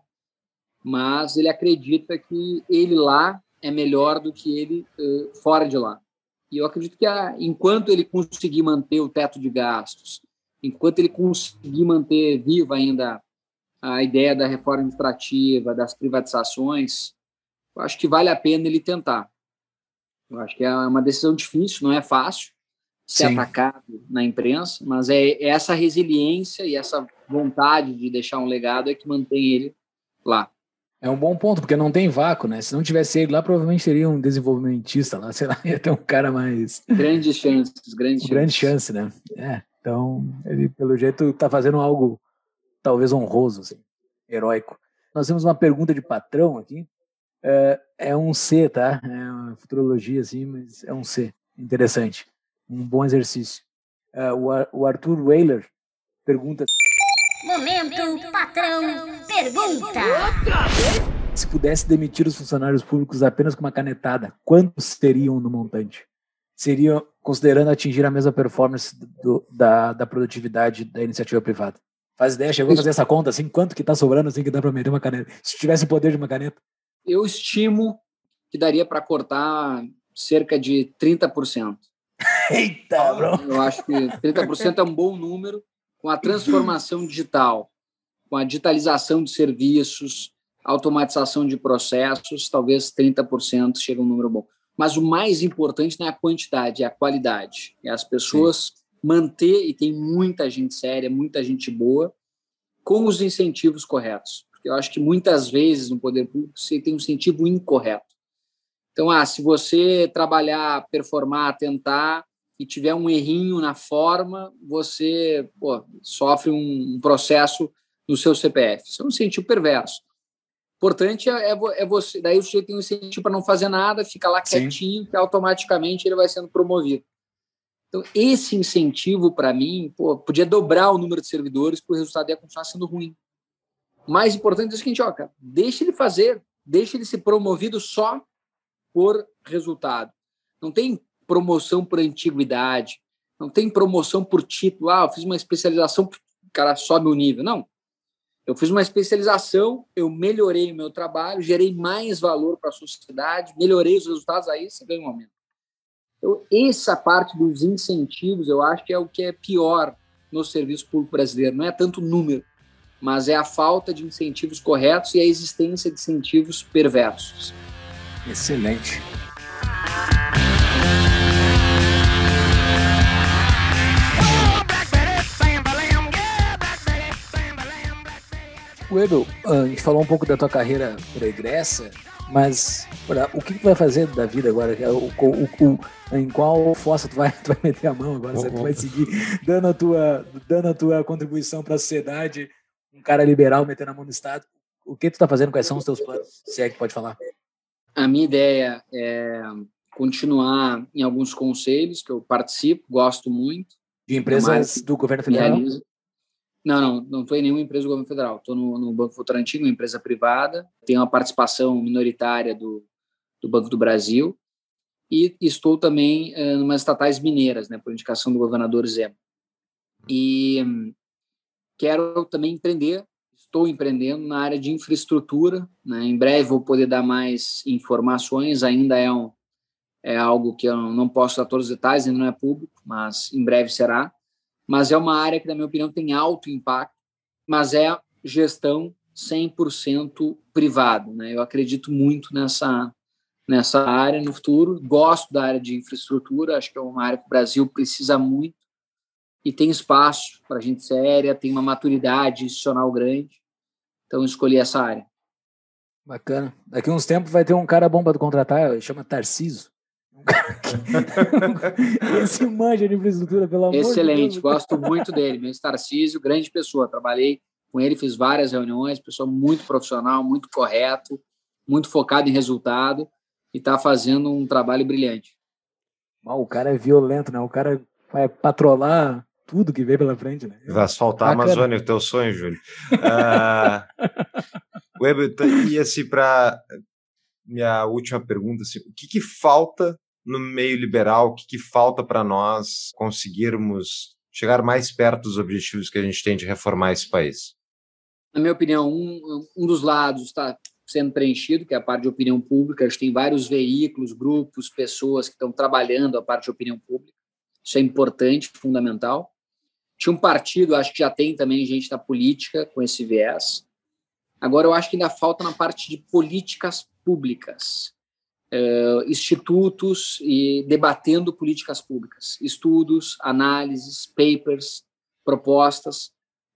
Mas ele acredita que ele lá é melhor do que ele uh, fora de lá. E eu acredito que a, enquanto ele conseguir manter o teto de gastos, enquanto ele conseguir manter viva ainda a ideia da reforma administrativa, das privatizações, eu acho que vale a pena ele tentar. Eu acho que é uma decisão difícil, não é fácil ser Sim. atacado na imprensa, mas é essa resiliência e essa vontade de deixar um legado é que mantém ele lá. É um bom ponto, porque não tem vácuo, né? Se não tivesse ele lá, provavelmente seria um desenvolvimentista lá, sei lá, ia ter um cara mais... Grandes chances, grandes chances. Grande chance, né? É, então, ele, pelo jeito, tá fazendo algo talvez honroso, assim, heróico. Nós temos uma pergunta de patrão aqui. É, é um C, tá? É uma futurologia, assim, mas é um C. Interessante. Um bom exercício. É, o, Ar- o Arthur Weiler pergunta... Momento patrão pergunta. Se pudesse demitir os funcionários públicos apenas com uma canetada, quantos seriam no montante? Seriam, considerando atingir a mesma performance do, da, da produtividade da iniciativa privada. Faz ideia, chegou a fazer essa conta, assim, quanto que tá sobrando, assim, que dá para meter uma caneta? Se tivesse o poder de uma caneta. Eu estimo que daria para cortar cerca de trinta por cento. Eita, bro! Eu acho que trinta por cento é um bom número. Com a transformação digital, com a digitalização de serviços, automatização de processos, talvez trinta por cento chegue a um número bom. Mas o mais importante não é a quantidade, é a qualidade. É as pessoas Sim. manter, e tem muita gente séria, muita gente boa, com os incentivos corretos. Porque eu acho que muitas vezes no poder público você tem um incentivo incorreto. Então, ah, se você trabalhar, performar, tentar, e tiver um errinho na forma, você pô, sofre um, um processo no seu C P F. Isso é um incentivo perverso. Importante é, é você... Daí o sujeito tem um incentivo para não fazer nada, fica lá Sim. quietinho, que automaticamente ele vai sendo promovido. Então, esse incentivo, para mim, pô, podia dobrar o número de servidores, porque o resultado ia continuar sendo ruim. O mais importante é o seguinte, ó, cara, deixa ele fazer, deixa ele ser promovido só por resultado. Não tem promoção por antiguidade, não tem promoção por título. Ah, eu fiz uma especialização, o cara sobe o nível. Não. Eu fiz uma especialização, eu melhorei o meu trabalho, gerei mais valor para a sociedade, melhorei os resultados, aí você ganha um aumento. Então, essa parte dos incentivos, eu acho que é o que é pior no serviço público brasileiro. Não é tanto o número, mas é a falta de incentivos corretos e a existência de incentivos perversos. Excelente. Webel, a gente falou um pouco da tua carreira pregressa, mas o que tu vai fazer da vida agora? O, o, o, em qual fossa tu vai, tu vai meter a mão agora? Você vai seguir dando a tua, dando a tua contribuição para a sociedade, um cara liberal metendo a mão no Estado? O que tu tá fazendo? Quais são os teus planos? Se é que pode falar. A minha ideia é continuar em alguns conselhos que eu participo, gosto muito. De empresas do governo federal? Realizo. Não, não, não estou em nenhuma empresa do governo federal. Estou no, no Banco Votorantim, uma empresa privada. Tenho uma participação minoritária do, do Banco do Brasil e estou também em uh, umas estatais mineiras, né, por indicação do governador Zema. E um, quero também empreender, estou empreendendo na área de infraestrutura, né? Em breve vou poder dar mais informações, ainda é, um, é algo que eu não posso dar todos os detalhes, ainda não é público, mas em breve será. Mas é uma área que, na minha opinião, tem alto impacto, mas é gestão cem por cento privado, né? Eu acredito muito nessa, nessa área no futuro, gosto da área de infraestrutura, acho que é uma área que o Brasil precisa muito e tem espaço para gente séria, tem uma maturidade institucional grande, então eu escolhi essa área. Bacana. Daqui a uns tempos vai ter um cara bom para tu contratar, chama Tarciso. Um cara que... Esse manja de infraestrutura, pelo amor de Deus. Excelente, gosto muito dele. Meu Tarcísio, grande pessoa. Trabalhei com ele, fiz várias reuniões, pessoa muito profissional, muito correto, muito focado em resultado e está fazendo um trabalho brilhante. Mal, o cara é violento, né? O cara vai patrolar tudo que vem pela frente, né? Vai asfaltar a Amazônia, o teu sonho, Júlio. uh, Web, e assim, para minha última pergunta, assim, o que, que falta no meio liberal, o que, que falta para nós conseguirmos chegar mais perto dos objetivos que a gente tem de reformar esse país? Na minha opinião, um, um dos lados está sendo preenchido, que é a parte de opinião pública. A gente tem vários veículos, grupos, pessoas que estão trabalhando a parte de opinião pública. Isso é importante, fundamental. Tinha um partido, acho que já tem também gente da política com esse viés. Agora, eu acho que ainda falta na parte de políticas públicas. Uh, institutos e debatendo políticas públicas, estudos, análises, papers, propostas,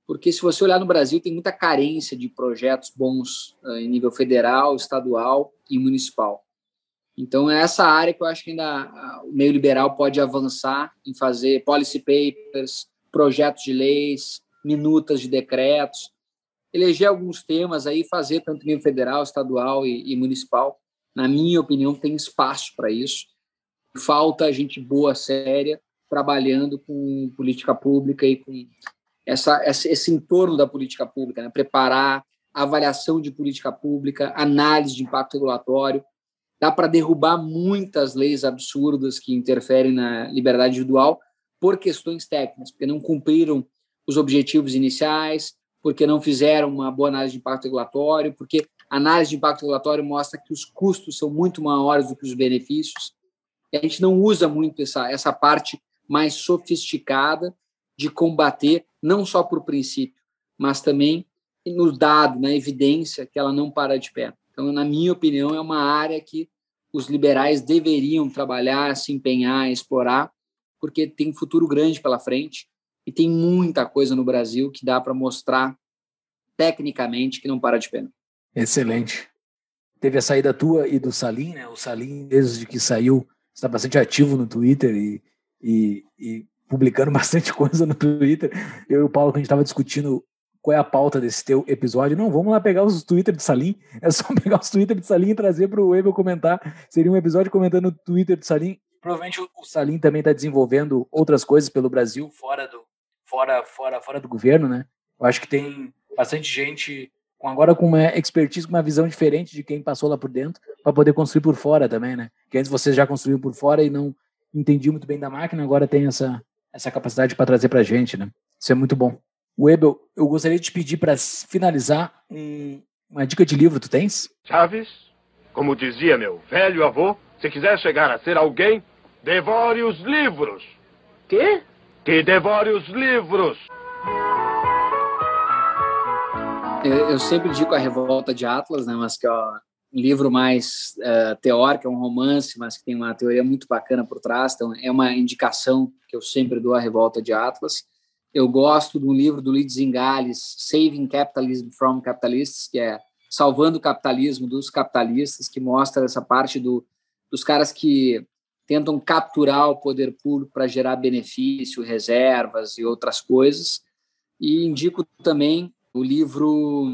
porque se você olhar no Brasil, tem muita carência de projetos bons uh, em nível federal, estadual e municipal. Então, é essa área que eu acho que ainda uh, o meio liberal pode avançar em fazer policy papers, projetos de leis, minutas de decretos, eleger alguns temas aí, fazer tanto nível federal, estadual e, e municipal. Na minha opinião, tem espaço para isso. Falta gente boa, séria, trabalhando com política pública e com essa, essa, esse entorno da política pública, né? Preparar avaliação de política pública, análise de impacto regulatório. Dá para derrubar muitas leis absurdas que interferem na liberdade individual por questões técnicas, porque não cumpriram os objetivos iniciais, porque não fizeram uma boa análise de impacto regulatório, porque a análise de impacto regulatório mostra que os custos são muito maiores do que os benefícios. E a gente não usa muito essa, essa parte mais sofisticada de combater, não só por princípio, mas também no dado, na evidência, que ela não para de pé. Então, na minha opinião, é uma área que os liberais deveriam trabalhar, se empenhar, explorar, porque tem futuro grande pela frente e tem muita coisa no Brasil que dá para mostrar tecnicamente que não para de pé. Excelente. Teve a saída tua e do Salim, né? O Salim, desde que saiu, está bastante ativo no Twitter e, e, e publicando bastante coisa no Twitter. Eu e o Paulo, que a gente estava discutindo qual é a pauta desse teu episódio. Não, vamos lá pegar os Twitter de Salim. É só pegar os Twitter de Salim e trazer para o Webel comentar. Seria um episódio comentando o Twitter de Salim. Provavelmente o Salim também está desenvolvendo outras coisas pelo Brasil, fora do, fora, fora, fora do governo, né? Eu acho que tem bastante gente agora com uma expertise, com uma visão diferente de quem passou lá por dentro, para poder construir por fora também, né? Que antes vocês já construíam por fora e não entendiam muito bem da máquina, agora tem essa, essa capacidade para trazer para a gente, né? Isso é muito bom. Webel, eu gostaria de te pedir para finalizar um, uma dica de livro, tu tens? Chaves, como dizia meu velho avô, se quiser chegar a ser alguém, devore os livros. Quê? Que devore os livros. Eu, eu sempre digo a Revolta de Atlas, né, mas que é um livro mais uh, teórico, é um romance, mas que tem uma teoria muito bacana por trás, então é uma indicação que eu sempre dou, a Revolta de Atlas. Eu gosto de um livro do Lee Zingales, Saving Capitalism from Capitalists, que é Salvando o Capitalismo dos Capitalistas, que mostra essa parte do, dos caras que tentam capturar o poder público para gerar benefício, reservas e outras coisas. E indico também o livro,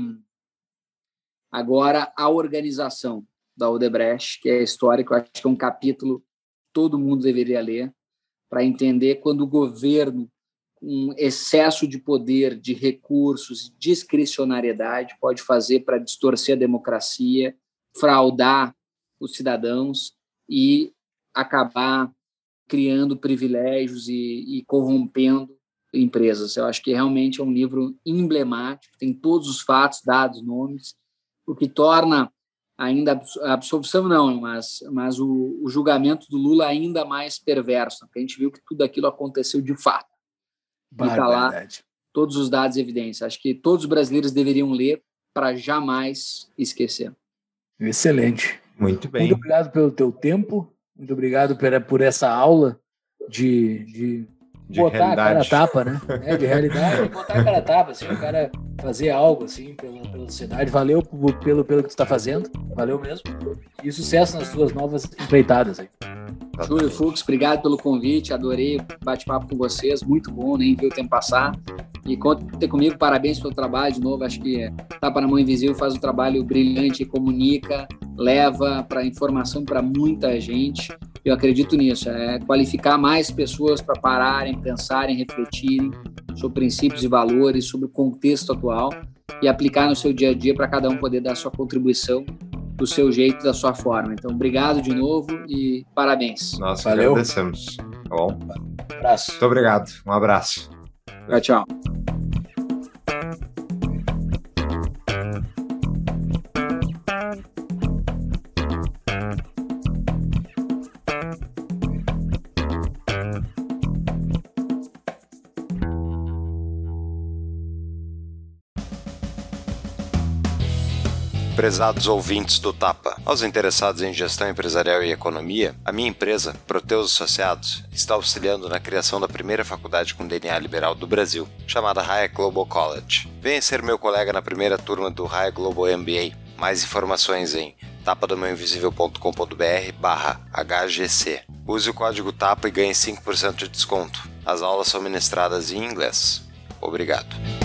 agora, A Organização, da Odebrecht, que é a história que eu acho que é um capítulo que todo mundo deveria ler, para entender quando o governo, com excesso de poder, de recursos, discricionariedade, pode fazer para distorcer a democracia, fraudar os cidadãos e acabar criando privilégios e, e corrompendo empresas. Eu acho que realmente é um livro emblemático, tem todos os fatos, dados, nomes, o que torna ainda a absolvição não, mas, mas o, o julgamento do Lula ainda mais perverso, porque a gente viu que tudo aquilo aconteceu de fato. E está lá todos os dados e evidências. Acho que todos os brasileiros deveriam ler para jamais esquecer. Excelente. Muito bem. Muito obrigado pelo teu tempo, muito obrigado por, por essa aula de... de... De botar realidade. a cara a tapa, né? É, de realidade, e botar a cara a tapa, assim, o cara fazer algo, assim, pela, pela sociedade. Valeu pelo, pelo, pelo que tu está fazendo, valeu mesmo. E sucesso nas tuas novas empreitadas aí. Júlio Fux, obrigado pelo convite, adorei bate-papo com vocês, muito bom, nem vi o tempo passar. E contem comigo, parabéns pelo trabalho de novo, acho que Tapa na Mão Invisível faz um trabalho brilhante, comunica, leva para informação para muita gente. Eu acredito nisso, é qualificar mais pessoas para pararem, pensarem, refletirem sobre princípios e valores, sobre o contexto atual e aplicar no seu dia a dia para cada um poder dar a sua contribuição do seu jeito, da sua forma. Então, obrigado de novo e parabéns. Nós Valeu. agradecemos. Tá bom? Um abraço. Muito obrigado. Um abraço. Tchau, tchau. Prezados ouvintes do Tapa, aos interessados em gestão empresarial e economia, a minha empresa, Proteus Associados, está auxiliando na criação da primeira faculdade com D N A liberal do Brasil, chamada Hayek Global College. Venha ser meu colega na primeira turma do Hayek Global M B A. Mais informações em tapadomeuinvisível.com.br barra HGC. Use o código TAPA e ganhe cinco por cento de desconto. As aulas são ministradas em inglês. Obrigado.